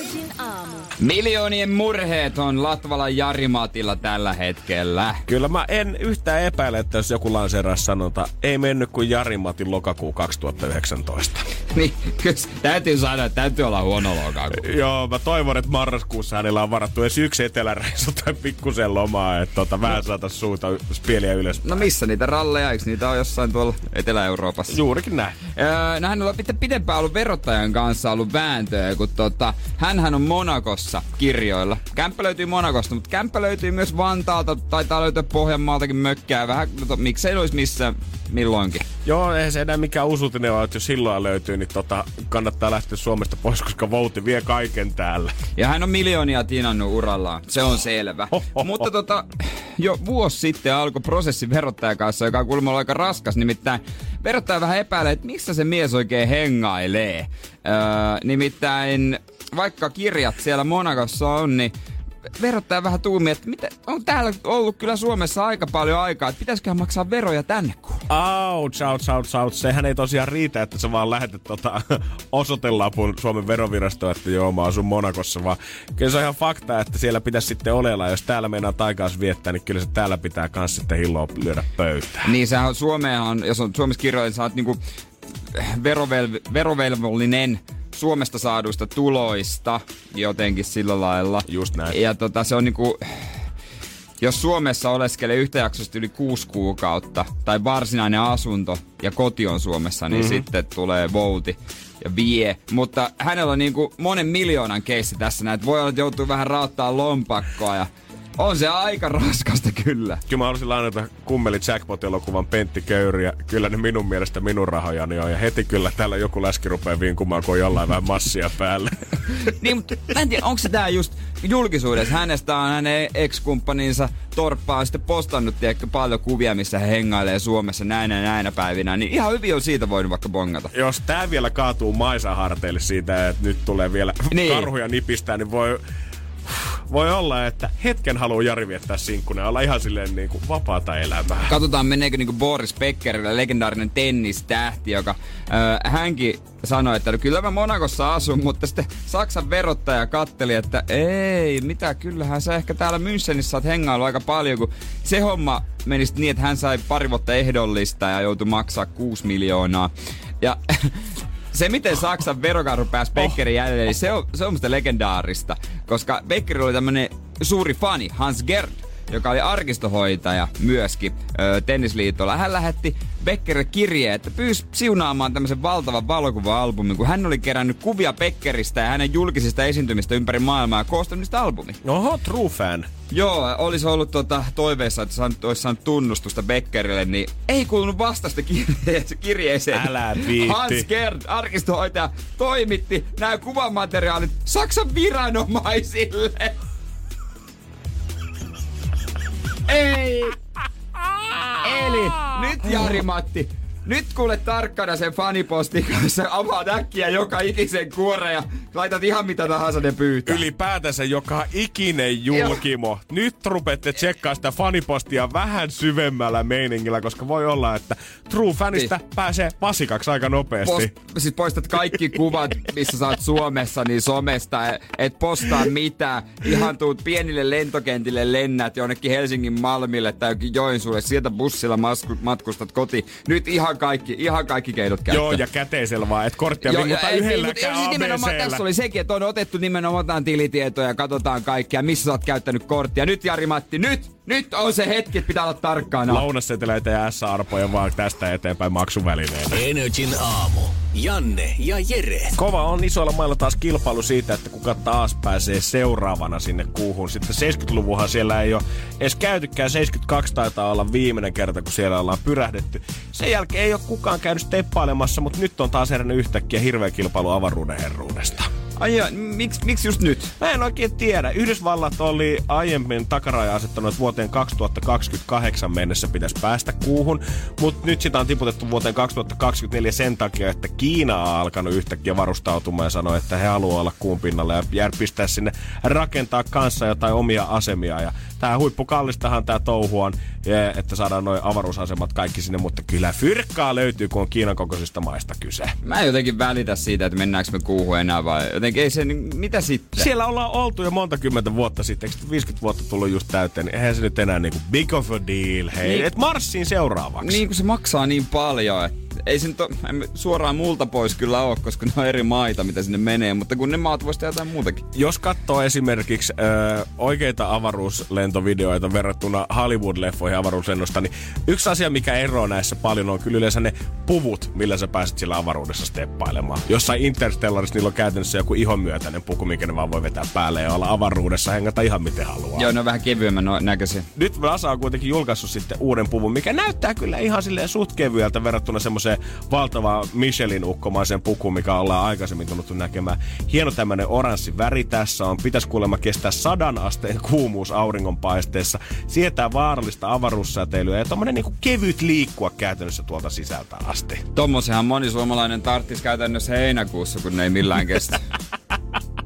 Miljoonien murheet on Latvalan Jari-Matilla tällä hetkellä. Kyllä mä en yhtään epäile, että jos joku lanseeraisi sanota, ei mennyt kuin Jari-Matin lokakuu 2019. Niin, kyllä täytyy sanoa, että täytyy olla huono lokakuu. Joo, mä toivon, että marraskuussa hänellä on varattu edes 1 eteläreissu tai pikkusen lomaa, että vähän saataisiin suuta pieliä ylös. No missä niitä ralleja, eikö niitä ole jossain tuolla Etelä-Euroopassa? Juurikin näin. No hän on pidempään ollut verottajan kanssa ollut vääntöä, kun hänhän on Monakossa kirjoilla. Kämppä löytyy Monakosta, mutta kämppä löytyy myös Vantaalta, taitaa löytyä Pohjanmaaltakin mökkää vähän, miksei olisi missä milloinkin. Joo, eihän se enää mikään usuutinen ole, että jos silloin löytyy, niin kannattaa lähteä Suomesta pois, koska vouti vie kaiken täällä. Ja hän on miljoonia tienannut urallaan, se on selvä. Mutta jo vuosi sitten alkoi prosessi verottajan kanssa, joka on kuulemma aika raskas, nimittäin verottaja vähän epäilee, että missä se mies oikein hengailee. Nimittäin vaikka kirjat siellä Monakossa on, niin verottaja vähän tuumia, että on täällä ollut kyllä Suomessa aika paljon aikaa, että pitäisiköhän maksaa veroja tänne kuule. Ouch. Sehän ei tosiaan riitä, että sä vaan lähetät osoitelapun Suomen verovirastoon, että joo, mä asun Monakossa, vaan kyllä se on ihan fakta, että siellä pitäisi sitten olella. Jos täällä meinaa taikaas viettää, niin kyllä se täällä pitää kans sitten hilloa lyödä pöytään. Niin, sehän on Suomeenhan, jos on Suomessa kirjoilla, niin sä oot niinku verovelvollinen Suomesta saaduista tuloista jotenkin sillä lailla. Just näin. Ja se on niinku, jos Suomessa oleskelee yhtäjaksoisesti yli 6 kuukautta tai varsinainen asunto ja koti on Suomessa, niin sitten tulee vouti ja vie. Mutta hänellä on niinku monen miljoonan keissi tässä näin, että voi olla, että joutuu vähän raottaa lompakkoa ja on se aika raskasta kyllä. Kyllä mä haluaisin lainata kummeli Jackpot-elokuvan Pentti Köyri ja kyllä ne minun mielestä minun rahojani on. Ja heti kyllä täällä joku läski rupeaa vinkumaan, kun on jollain vähän massia päälle. Niin, mutta mä en tiedä, onko se tää just julkisuudessa. Hänestä on hänen ex-kumppaninsa Torppaan sitten postannut paljon kuvia, missä he hengailee Suomessa näinä päivinä. Niin ihan hyvin on siitä voinut vaikka bongata. Jos tää vielä kaatuu Maisan harteille siitä, että nyt tulee vielä karhuja nipistää, niin voi olla, että hetken haluaa Jari viettää sinkkuna ja olla ihan silleen niinku vapaata elämää. Katsotaan, meneekö niinku Boris Beckerille, legendaarinen tennistähti, joka hänkin sanoi, että kyllä mä Monakossa asun, mutta sitten Saksan verottaja katteli, että ei, kyllähän sä ehkä täällä Münchenissä oot hengailu aika paljon, kun se homma meni niin, että hän sai 2 vuotta ehdollista ja joutui maksaa 6 miljoonaa. Ja se, miten Saksan verokarhu pääsi Beckerin jäljelle, niin se on musta legendaarista. Koska Becker oli tämmönen suuri fani, Hans Gerd, joka oli arkistohoitaja myöskin tennisliitolla. Hän lähetti Beckerille kirjeen, että pyysi siunaamaan tämmöisen valtavan valokuva-albumin, kun hän oli kerännyt kuvia Beckeristä ja hänen julkisista esiintymistä ympäri maailmaa ja koostanut niistä albumia. Oho, true fan. Joo, olisi ollut toiveessa, että olisi saanut tunnustusta Beckerille, niin ei kuulunut vastausta kirjeeseen. Älä viitti. Hans Gerd, arkistohoitaja, toimitti nämä kuvamateriaalit Saksan viranomaisille. Ei! Eli nyt Jari-Matti, nyt kuule tarkkana sen fanipostin kanssa, avaat äkkiä joka ikisen kuoren ja laitat ihan mitä tahansa ne pyytää. Ylipäätänsä joka ikinen julkimo. Nyt rupeatte tsekkaa sitä fanipostia vähän syvemmällä meiningillä, koska voi olla, että true fanista pääsee vasikaksi aika nopeasti. Siis poistat kaikki kuvat, missä sä oot Suomessa, niin somesta, et postaa mitään. Ihan tuut pienille lentokentille, lennät jonnekin Helsingin Malmille tai jokin Joensuulle, sieltä bussilla matkustat kotiin. Nyt ihan kaikki keinot käyttöön. Joo, ja käteisellä vaan, et korttia vinguta yhdelläkään ABC:llä. Tässä oli sekin, että on otettu nimenomaan tilitietoja ja katsotaan kaikkia, missä sä oot käyttänyt korttia. Nyt Jari-Matti, nyt on se hetki, että pitää olla tarkkaana. Lounasseteleitä ja S-arpoja vaan tästä eteenpäin maksuvälineenä. Energin aamu. Janne ja Jere. Kova on isoilla mailla taas kilpailu siitä, että kuka taas pääsee seuraavana sinne kuuhun. Sitten 70-luvunhan siellä ei ole edes käytykään. 72 taitaa olla viimeinen kerta, kun siellä ollaan pyrähdetty. Sen jälkeen ei ole kukaan käynyt steppailemassa, mutta nyt on taas herännyt yhtäkkiä hirveä kilpailu avaruuden herruudesta. Ai ja, miksi just nyt? Mä en oikein tiedä. Yhdysvallat oli aiemmin takaraja asettanut, että vuoteen 2028 mennessä pitäisi päästä kuuhun, mutta nyt sitä on tiputettu vuoteen 2024 sen takia, että Kiina on alkanut yhtäkkiä varustautumaan ja sanoi, että he haluaa olla kuun pinnalla ja pistää sinne rakentaa kanssa jotain omia asemia. Ja tää huippukallistahan tää touhu on, että saadaan noin avaruusasemat kaikki sinne, mutta kyllä fyrkkaa löytyy, kun on Kiinan kokoisista maista kyse. Mä en jotenkin välitä siitä, että mennäänkö me kuuhun enää vai jotenkin ei se, mitä sitten? Siellä ollaan oltu jo monta kymmentä vuotta sitten, eikö 50 vuotta tullut just täyteen, niin eihän se nyt enää niinku big of a deal, hei, niin, et marssiin seuraavaksi. Niin, kun se maksaa niin paljon, että ei se nyt suoraan multa pois kyllä ole, koska ne on eri maita, mitä sinne menee, mutta kun ne maat voisi tehdä jotain muutakin. Jos katsoo esimerkiksi oikeita avaruuslentovideoita verrattuna Hollywood-leffoihin avaruuslennosta, niin yksi asia, mikä eroaa näissä paljon, on kyllä yleensä ne puvut, millä sä pääset sillä avaruudessa steppailemaan. Jossain Interstellarissa niillä on käytännössä joku ihonmyötäinen puku, minkä ne vaan voi vetää päälle ja olla avaruudessa hengata ihan miten haluaa. Joo, ne on vähän kevyemmän näköisiä. Nyt NASA on kuitenkin julkaissut sitten uuden puvun, mikä näyttää kyllä ihan silleen suht kevyeltä verrattuna semmoiseen valtavaan Michelin-ukkomaiseen pukuun, mikä ollaan aikaisemmin tunnuttu näkemään. Hieno tämmönen oranssi väri tässä on. Pitäisi kuulemma kestää 100 asteen kuumuus auringonpaisteessa. Sietää vaarallista avaruussäteilyä ja tommonen niinku kevyt liikkua käytännössä tuolta sisältä asti. Tommosenhan moni suomalainen tarttis käytännössä heinäkuussa, kun ne ei millään kestä.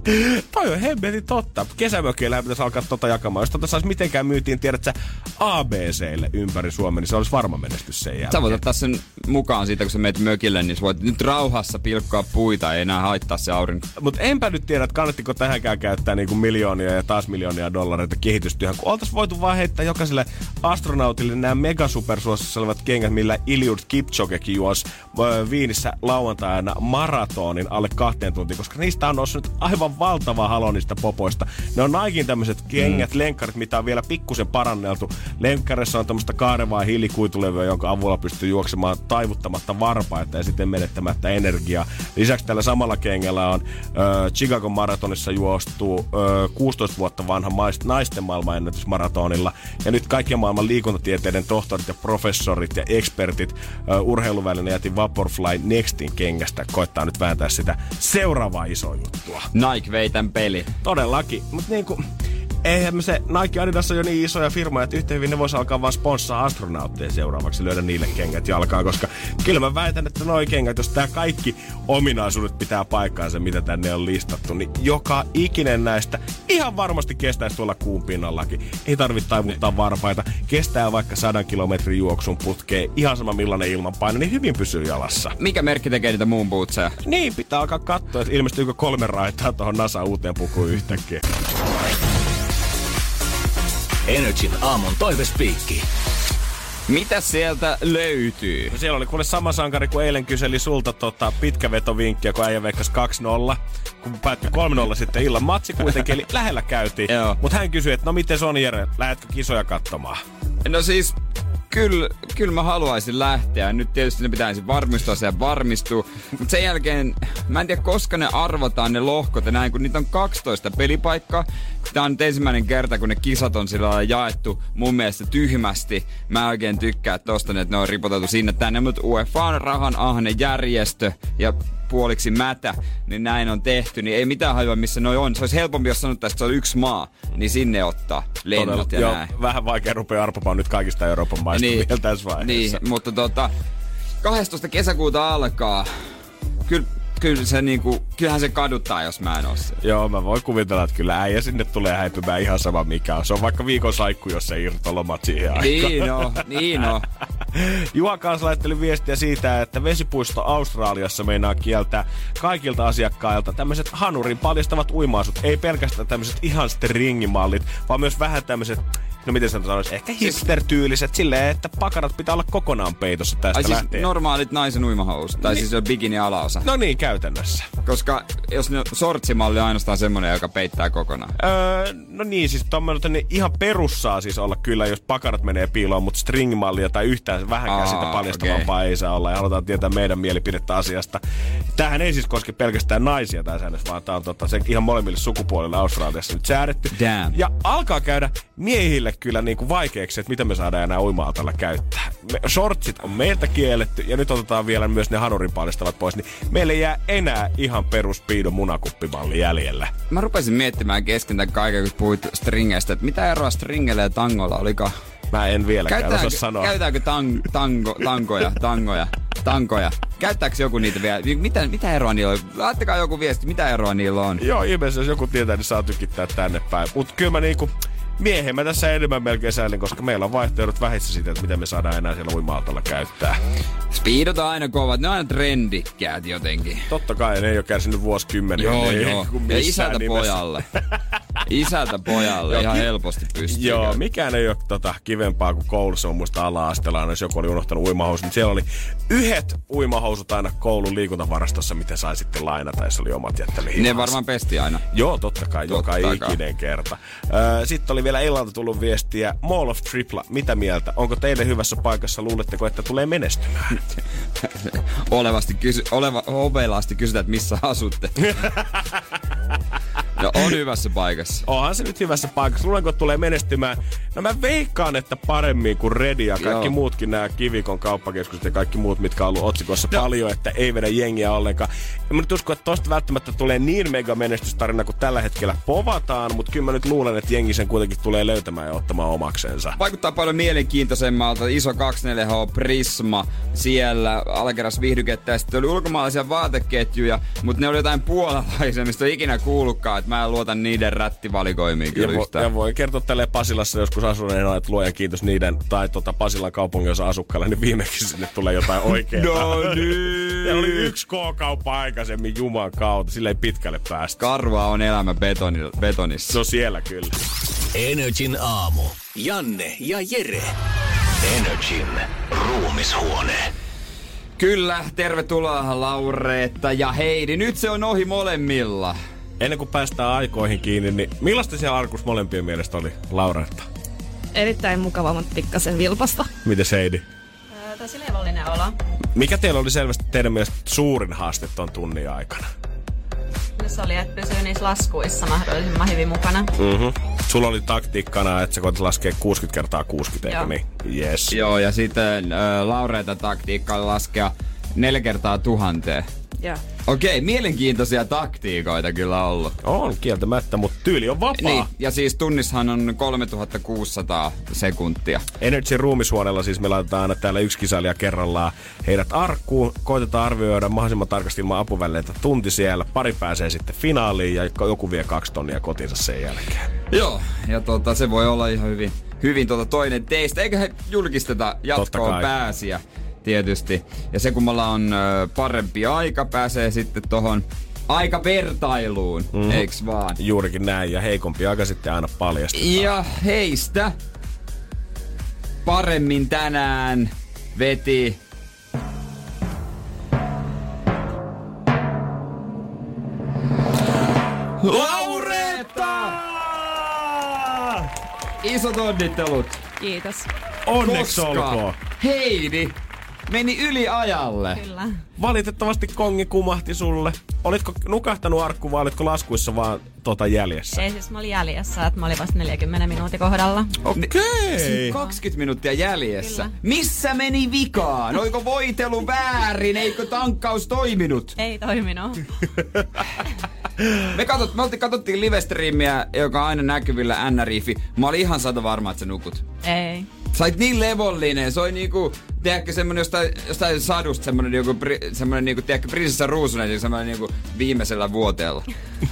Toi on hemmetin totta. Kesämökeillähän pitäisi alkaa jakamaan. Jos saisi mitenkään myytiin, tiedätkö, ABClle ympäri Suomen, niin se olisi varma menestys sen jälkeen. Sä voit ottaa sen mukaan siitä, kun sä meet mökille, niin sä voit nyt rauhassa pilkkoa puita, ei enää haittaa se aurinko. Mutta enpä nyt tiedä, että kannattiko tähänkään käyttää niinku miljoonia ja taas miljoonia dollareita kehitystyöhön, kun oltais voitu vaan heittää jokaiselle astronautille nämä megasupersuosissa olevat kengät, millä Eliud Kipchogekin juosi Viinissä lauantaina maratonin alle 2 tuntiin, koska niistä on noussut nyt aivan valtava halo niistä popoista. Ne on Nikein tämmöiset kengät, lenkkarit, mitä on vielä pikkusen paranneltu. Lenkkarissa on tämmöistä kaarevaa hiilikuitulevyä, jonka avulla pystyy juoksemaan taivuttamatta varpaita ja sitten menettämättä energiaa. Lisäksi tällä samalla kengällä on Chicago maratonissa juostu 16 vuotta vanha naisten maailmanennätys maratonilla. Ja nyt kaikkien maailman liikuntatieteiden tohtorit ja professorit ja expertit urheiluvälineiden Vaporfly Nextin kengästä koittaa nyt vääntää sitä seuraavaa isoa juttua. Nike vei tän peli. Todellakin, mutta niinku eihän se Nike Adidas on jo niin isoja firmoja, että yhtä hyvin ne vois alkaa vaan sponssaa astronautteja seuraavaksi, lyödä niille kengät jalkaan, koska kyllä mä väitän, että noi kengät, jos tää kaikki ominaisuudet pitää paikkaansa, mitä tänne on listattu, niin joka ikinen näistä ihan varmasti kestäisi tuolla kuun pinnallakin. Ei tarvitse taivuttaa varpaita, kestää vaikka 100 kilometrin juoksun putkeen, ihan sama millainen ilmanpaine, niin hyvin pysyy jalassa. Mikä merkki tekee niitä moon bootseja? Niin, pitää alkaa katsoa, että ilmestyykö 3 raitaa tuohon NASA uuteen pukuun yhtäkkiä. Energin aamun toivespiikki. Mitä sieltä löytyy? No siellä oli kuule sama sankari, kun eilen kyseli sulta pitkävetovinkkiä, kun äijä veikkasi 2-0. Kun päättyi 3-0 sitten illan matsi kuitenkin, eli lähellä käytiin. Mutta hän kysyi, että no miten se on, Jere, lähdetkö kisoja katsomaan? No siis, kyllä mä haluaisin lähteä. Nyt tietysti ne pitää ensin varmistua, se varmistuu. Mutta sen jälkeen, mä en tiedä koska ne arvotaan ne lohkot ja näin, kun niitä on 12 pelipaikkaa. Tää on nyt ensimmäinen kerta, kun ne kisat on sillä lailla jaettu mun mielestä tyhmästi. Mä oikein tykkään tosta, että ne on ripoteltu sinne tänne, mutta UEFA on rahan ahne järjestö ja puoliksi mätä, niin näin on tehty, niin ei mitään hajua, missä noi on. Se olisi helpompi, jos sanotaan, että se on yksi maa, niin sinne ottaa lennot todella, ja näin. Vähän vaikea rupeaa arpomaan nyt kaikista Euroopan maista niin, vielä tässä vaiheessa. Niin, mutta 12. kesäkuuta alkaa. Kyllähän se kaduttaa, jos mä en oo se. Joo, mä voin kuvitella, että kyllä äijä sinne tulee häipymään ihan sama mikä on. Se on vaikka viikon saikku, jos se irto lomat siihen aikaan. Niin on. Juha kanssa laitteli viestiä siitä, että vesipuisto Australiassa meinaa kieltää kaikilta asiakkailta tämmöiset hanurin paljastavat uimaasut. Ei pelkästään tämmöiset ihan stringimallit, vaan myös vähän tämmöiset, no miten sen sanoisi, ehkä hipster-tyyliset silleen, että pakarat pitää olla kokonaan peitossa tästä lähtien. Siis normaalit naisen uimahousut, tai siis bikini-alaosa. No niin, käytännössä. Koska jos ne sortsimalli on ainoastaan semmonen, joka peittää kokonaan. No niin, siis tommoinen ihan perussaa siis olla kyllä, jos pakarat menee piiloon, mutta stringimallia tai yhtään vähänkään sitä paljastavampaa ei saa olla. Ja halutaan tietää meidän mielipidettä asiasta. Tämähän ei siis koske pelkästään naisia tää säännös, vaan tää on se ihan molemmille sukupuolille Australiassa nyt säädetty. Damn. Ja alkaa käydä miehille kyllä niinku vaikeaksi, että mitä me saadaan enää uima-altalla käyttää. Shortsit on meiltä kielletty ja nyt otetaan vielä myös ne hanurin paljastavat pois, niin meille jää enää ihan perus piidon munakuppimalli jäljellä. Mä rupesin miettimään kesken tämän kaiken, kun puhuit stringeistä, että mitä eroa stringelle ja tangolla olikaan? Mä en vieläkään osaa sanoa. Käytetäänkö tankoja? Käyttääkö joku niitä vielä? Mitä eroa niillä on? Laittakaa joku viesti, mitä eroa niillä on? Joo, ihmeessä jos joku tietää, niin saa tykittää tänne päin. Mut kyllä mä niinku miehen mä tässä enemmän melkein säälin, koska meillä on vaihtoehdot vähissä siitä, että miten me saadaan enää siellä uima-altalla käyttää. Speedot on aina kovat, ne on aina trendikkäät jotenkin. Totta kai, ne ei ole kärsinyt vuosikymmeniä. Joo. Ja isältä pojalle. Isältä pojalle ihan helposti pystyy. Joo, mikään ei ole kivempaa kuin koulussa. On muista ala-asteella, jos joku oli unohtanut uimahousut, niin siellä oli yhdet uimahousut aina koulun liikuntavarastossa, mitä sai sitten lainata, ja se oli omat jättänyt himassa. Ne varmaan pesti aina. Joo, totta kai, joka ikinen kerta. Sitten oli vielä illalta tullut viestiä. Mall of Tripla, mitä mieltä? Onko teille hyvässä paikassa? Luuletteko, että tulee menestymään? Ovelaasti kysytään, että missä asutte. No on hyvässä paikassa. Onhan se nyt hyvässä paikassa. Luulenko, että tulee menestymään? No mä veikkaan, että paremmin kuin Redi ja kaikki muutkin nämä Kivikon kauppakeskukset ja kaikki muut, mitkä on ollut otsikossa paljon, että ei vedä jengiä ollenkaan. Ja mä nyt uskon, että tosta välttämättä tulee niin mega menestystarina kuin tällä hetkellä povataan, mutta kyllä mä nyt luulen, että jengi sen kuitenkin tulee löytämään ja ottamaan omaksensa. Vaikuttaa paljon mielenkiintoisemmalta. Iso 24H Prisma siellä, alakerras viihdykettä ja sitten oli ulkomaalaisia vaateketjuja, mutta ne oli jotain puolalaisia, mistä ei ikinä kuullutkaan, että mä en luota niiden rättivalikoimiin kyllä yhtään. Ja voi kertoa tälleen Pasilassa joskus asuneena, että luojan kiitos niiden tai Pasilan kaupunginosa asukkailla, niin viimeksi sinne tulee jotain oikeaa. No niin! Ja oli yksi K-kauppa aikaisemmin Juman kautta, sillä ei pitkälle päästä. Karvaa on elämä betonissa. Se on siellä kyllä. Energin aamu. Janne ja Jere. Energin ruumishuone. Kyllä, tervetuloa Laureetta ja Heidi. Nyt se on ohi molemmilla. Ennen kuin päästään aikoihin kiinni, niin millaista siellä Arkus molempien mielestä oli, Laureetta? Erittäin mukava, mutta pikkasen vilpasta. Mites Heidi? Tosi levollinen olo. Mikä teillä oli selvästi teidän mielestä suurin haaste ton tunnin aikana? Se oli, että pysyy niissä laskuissa mahdollisimman hyvin mukana. Sulla oli taktiikkana, että sä koetat laskea 60 kertaa 60, eikö niin? Yes. Joo, ja sitten Laureeta taktiikka oli laskea 4 kertaa 1000. Joo. Okei, mielenkiintoisia taktiikoita kyllä ollut. On kieltämättä, mutta tyyli on vapaa. Niin, ja siis tunnissahan on 3600 sekuntia. Energin ruumishuoneella siis me laitetaan aina täällä yksi kisailija kerrallaan heidät arkkuun. Koitetaan arvioida mahdollisimman tarkasti ilman apuvälineitä tunti siellä. Pari pääsee sitten finaaliin ja joku vie 2 tonnia kotinsa sen jälkeen. Joo, ja se voi olla ihan hyvin toinen teistä. Eikä he julkisteta jatkoon pääsiä. Tietysti. Ja se, kun mulla on parempi aika, pääsee sitten tohon aikavertailuun, eiks vaan? Juurikin näin, ja heikompi aika sitten aina paljastetaan. Ja heistä paremmin tänään veti Laureetta! Isot onnittelut! Kiitos. Onneksi olkoon! Heidi meni yli ajalle. Kyllä. Valitettavasti kongi kumahti sulle. Olitko nukahtanut arkku vai olitko laskuissa vaan jäljessä? Ei, siis mä olin jäljessä, että mä olin vasta 40 minuutin kohdalla. Okei. 20 minuuttia jäljessä. Kyllä. Missä meni vikaan? Oiko voitelu väärin? Eikö tankkaus toiminut? Ei toiminut. Me katsottiin live-striimiä, joka on aina näkyvillä NRIFi. Mä olin ihan varma, että sä nukut. Ei. Sait niin levollinen. Se oli niinku, tiedätkö, semmonen jostain sadusta, semmonen niinku, tiedätkö, prinsessa Ruusunen, semmonen niinku viimeisellä vuoteella.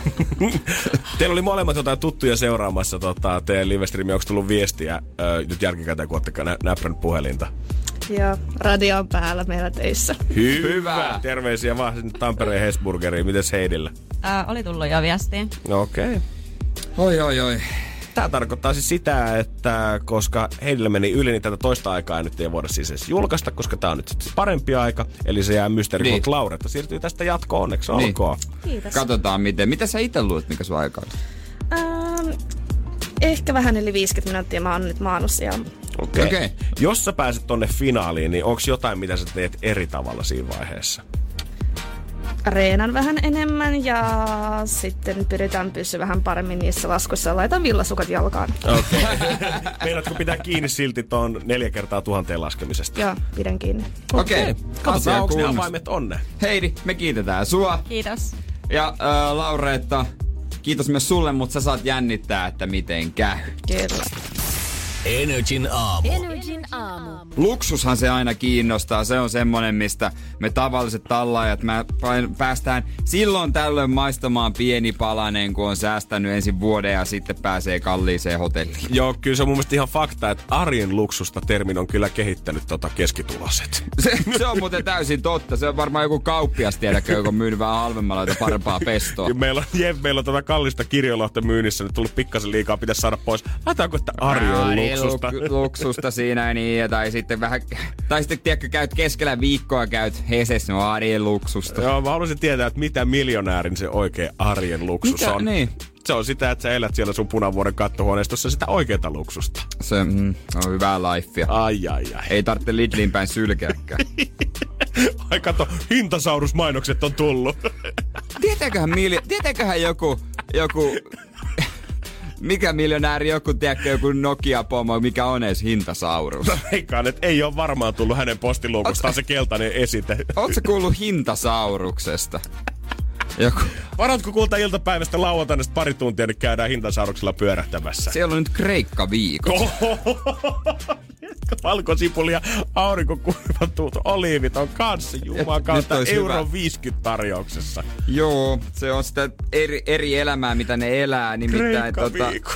Teillä oli molemmat jotain tuttuja seuraamassa teidän live-striimiä. Onko tullut viestiä nyt jälkikäteen, kun ootte näppärnyt puhelinta? Joo, radio on päällä meillä töissä. Hyvä! Terveisiä vaan sinne Tampereen Hesburgeriin. Mites Heidillä? Oli tullut jo viestiä. Okei. Oi. Tämä tarkoittaa siis sitä, että koska Heidillä meni yli, niin tätä toista aikaa nyt ei voida siis edes julkaista, koska tää on nyt sitten parempi aika. Eli se jää mysteeri, niin. Mutta Lauretta siirtyy tästä jatkoon, onneksi olkoon. Kiitos. Katsotaan miten. Mitä sä itse luulet, mikä sun aika on? Ehkä vähän yli 50 minuuttia mä oon nyt maannut siellä. Okei. Jos sä pääset tonne finaaliin, niin onko jotain, mitä sä teet eri tavalla siinä vaiheessa? Reenan vähän enemmän ja sitten pyritään pysyä vähän paremmin niissä laskuissa ja laitan villasukat jalkaan. Okei. Meinaatko pitää kiinni silti ton 4 kertaa 1000 laskemisesta? Joo, pidän kiinni. Okei. Katsotaan, onko ne avaimet onne. Heidi, me kiitetään sua. Kiitos. Ja Laureetta, kiitos myös sulle, mutta sä saat jännittää, että miten käy. Kyllä. Energin aamu. Luksushan se aina kiinnostaa. Se on semmonen, mistä me tavalliset tallaajat päästään silloin tällöin maistamaan pieni palanen, kun on säästänyt ensin vuoden ja sitten pääsee kalliiseen hotelliin. Joo, kyllä se on mun mielestä ihan fakta, että arjen luksusta termin on kyllä kehittänyt keskituloset. Se on muuten täysin totta. Se on varmaan joku kauppias, tiedäkö, joka on myynyt vähän halvemmalla jotain parempaa pestoa. Meillä on kallista kirjolohta myynnissä nyt tullut pikkasen liikaa, pitäisi saada pois. Laitaanko, että arjen luksusta siinä niin, tai sitten vähän, tai sitten tiedätkö, käyt keskellä viikkoa, käyt Hesessä, no arjen luksusta. Joo, mä haluaisin tietää, että mitä miljonäärin se oikein arjen luksus on. Niin. Se on sitä, että sä elät siellä sun Punavuoren kattohuoneistossa sitä oikeeta luksusta. Se on hyvää lifea. Ai. Ei tarvitse Lidlin päin sylkeäkään. Ai kato, Hintasaurus-mainokset on tullut. Tietääköhän joku mikä miljonääri joku Nokia-pomo, mikä on edes hintasaurus? No eikaan, että ei ole varmaan tullut hänen postiluukustaan se keltainen esite. Ootko kuullut hintasauruksesta? Joku. Varatko kuulta iltapäivästä lauantaina pari tuntia, niin käydään hintasauruksella pyörähtämässä. Siellä on nyt Kreikka-viikot. Valkosipulia, aurinkokuivatut oliivit on kanssa Jumalan kautta euro 50 tarjouksessa. Joo, se on sitä eri elämää, mitä ne elää. Nimittäin Kreikka-viikot.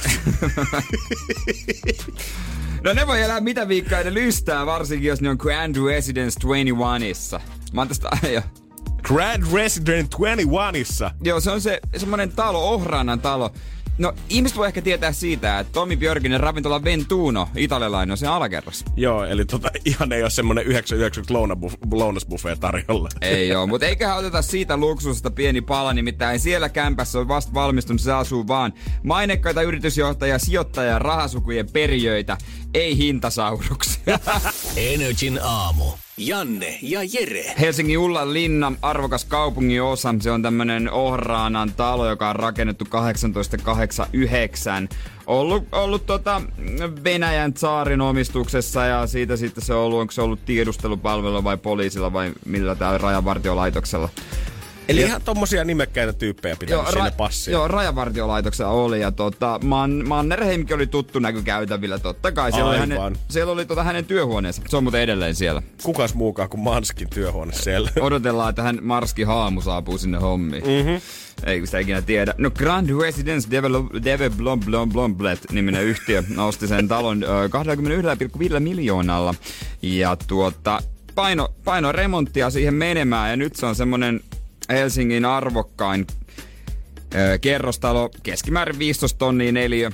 No ne voi elää mitä viikkoa ne lystää, varsinkin jos ne on Grand Residence 21issa. Mä oon tästä Grand Residence 21issa? Joo, se on semmonen talo, Ohranan talo. No, ihmiset voi ehkä tietää siitä, että Tommi Björkinen ravintola Ventuno, italialainen, on sen alakerrassa. Joo, eli ihan ei ole semmonen 9,90 lounasbuffet tarjolla. Ei oo, mutta eiköhän oteta siitä luksusta pieni pala, nimittäin siellä kämpässä on vasta valmistunut, se asuu vaan mainekkaita yritysjohtajia, sijoittajia ja rahasukujen perijöitä, ei hintasauruksia. Energin aamu. Janne ja Jere. Helsingin Ullanlinna, arvokas kaupungin osa. Se on tämmönen Ohraanan talo, joka on rakennettu 1889. Ollut Venäjän tsaarin omistuksessa ja siitä sitten se on ollut, onko se ollut tiedustelupalvelulla vai poliisilla vai millä täällä rajavartiolaitoksella. Eli ihan tommosia nimekkäitä tyyppejä pitää sinne passiin. Joo, rajavartiolaitoksella oli ja Mannerheimkin oli tuttu näkykäytävillä totta kai. Siellä oli hänen työhuoneensa. Se on muuten edelleen siellä. Kukas muukaan kuin Manskin työhuone siellä? Odotellaan, että hän Marski Haamu saapuu sinne hommiin. Mm-hmm. Ei sitä ikinä tiedä. No Grand Residence Development niminen yhtiö nosti sen talon 21,5 miljoonalla. Ja paino remonttia siihen menemään ja nyt se on semmonen Helsingin arvokkain kerrostalo, keskimäärin 15 tonnia neliö.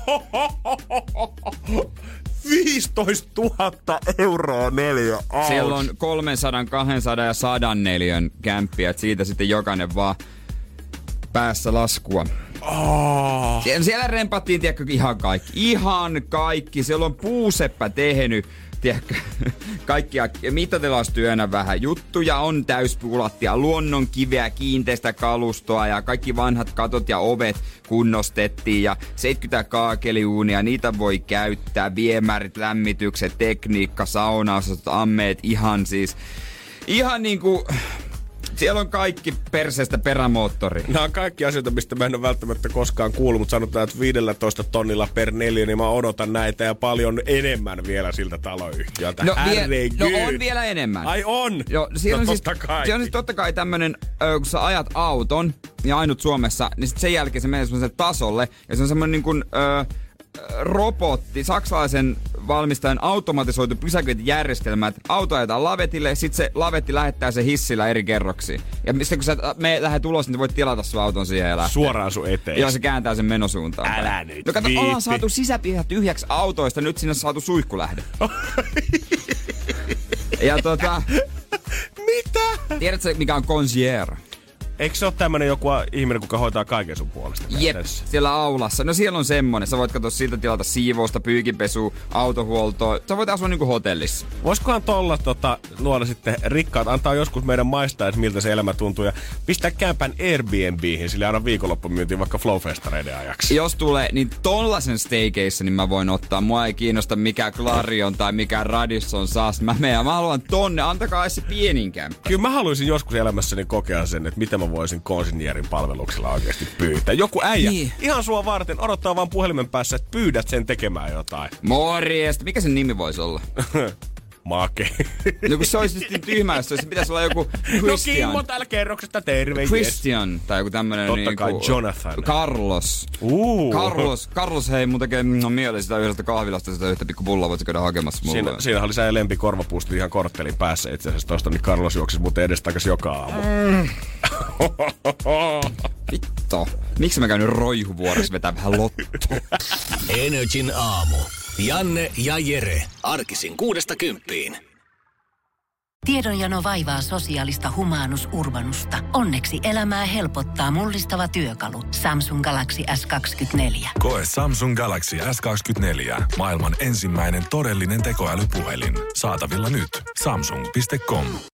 15 000 euroa neliö. Ouch. Siellä on 300, 200 ja 100 neliön kämppiä, että siitä sitten jokainen vaan päässä laskua. Oh. Siellä rempattiin, tiedätkö, ihan kaikki. Siellä on puuseppä tehnyt, tiedätkö, kaikkia mittatilastyönä vähän juttuja, on täyspuulattia, luonnon kiveä, kiinteistä kalustoa ja kaikki vanhat katot ja ovet kunnostettiin ja 70 kaakeliuunia, niitä voi käyttää, viemärit, lämmitykset, tekniikka, saunaosat, ammeet, ihan niinku. Siellä on kaikki perseestä perämoottori. Nämä on kaikki asioita, mistä mä en ole välttämättä koskaan kuullut, mutta sanotaan, että 15 tonnilla per neliö, niin mä odotan näitä ja paljon enemmän vielä siltä taloyhtiöltä. No on vielä enemmän. Ai on? Joo, siellä on totta kai. Siellä on siis totta kai tämmönen, kun sä ajat auton ja ainut Suomessa, niin sit sen jälkeen se menee semmoiselle tasolle ja se on semmonen niin kuin robotti, saksalaisen valmistajan automatisoitu pysäköintijärjestelmä, että auto ajetaan lavetille, sit se lavetti lähettää se hissillä eri kerroksiin. Ja sitten kun sä lähdet ulos, niin voit tilata sun auton siihen ja lähteä. Suoraan sun eteen. Joo, se kääntää sen menosuuntaan. Älä nyt no kato, ollaan saatu sisäpihat tyhjäksi autoista, nyt sinne saatu suihkulähde. Ja Mitä? Tiedätkö, mikä on concierge? Eikö se ole tämmönen joku ihminen, kuka hoitaa kaiken sun puolesta? Jep, siellä aulassa. No siellä on semmonen. Sä voit katsoa siltä tilata siivousta, pyykipesua, autohuoltoa. Sä voit asua niinku hotellissa. Voisikohan tolla nuolla sitten rikkaat antaa joskus meidän maistaa, että miltä se elämä tuntuu. Ja pistää kämpän Airbnbihin, sillä aina viikonloppumyyntiin vaikka Flowfestareiden ajaksi. Jos tulee, niin tollasen staycation mä voin ottaa. Mua ei kiinnosta mikä Clarion tai mikä Radisson saas. Mä haluan tonne. Antakaa se pienin kämppä. Kyllä mä haluaisin joskus elämässäni kokea sen, että mitä mä voisin konsignierin palveluksella oikeasti pyytää. Joku äijä ihan sua varten odottaa vaan puhelimen päässä, että pyydät sen tekemään jotain. Morjesta. Mikä sen nimi voisi olla? Make. No kun se olisi sitten tyhmää, se pitäisi olla joku Christian. No Kimmo täällä kerroksesta, terve. Christian tai joku tämmönen totta kai Jonathan. Carlos. Carlos hei, mun tekee mieli sitä yhdestä kahvilasta, sitä yhtä pikku pullaa voit sä käydä hakemassa mulle. Siinä oli sä lempikorvapuustit ihan korttelin päässä itse asiassa tosta, niin Carlos juoksisi muuten edestakas joka aamu. Vittu. Miksi mä käyn nyt Roihuvuoressa vetää vähän lottoa? Energin aamu. Janne ja Jere. Arkisin 6–10. Tiedonjano vaivaa sosiaalista humanus urbanusta. Onneksi elämää helpottaa mullistava työkalu. Samsung Galaxy S24. Koe Samsung Galaxy S24. Maailman ensimmäinen todellinen tekoälypuhelin. Saatavilla nyt. Samsung.com.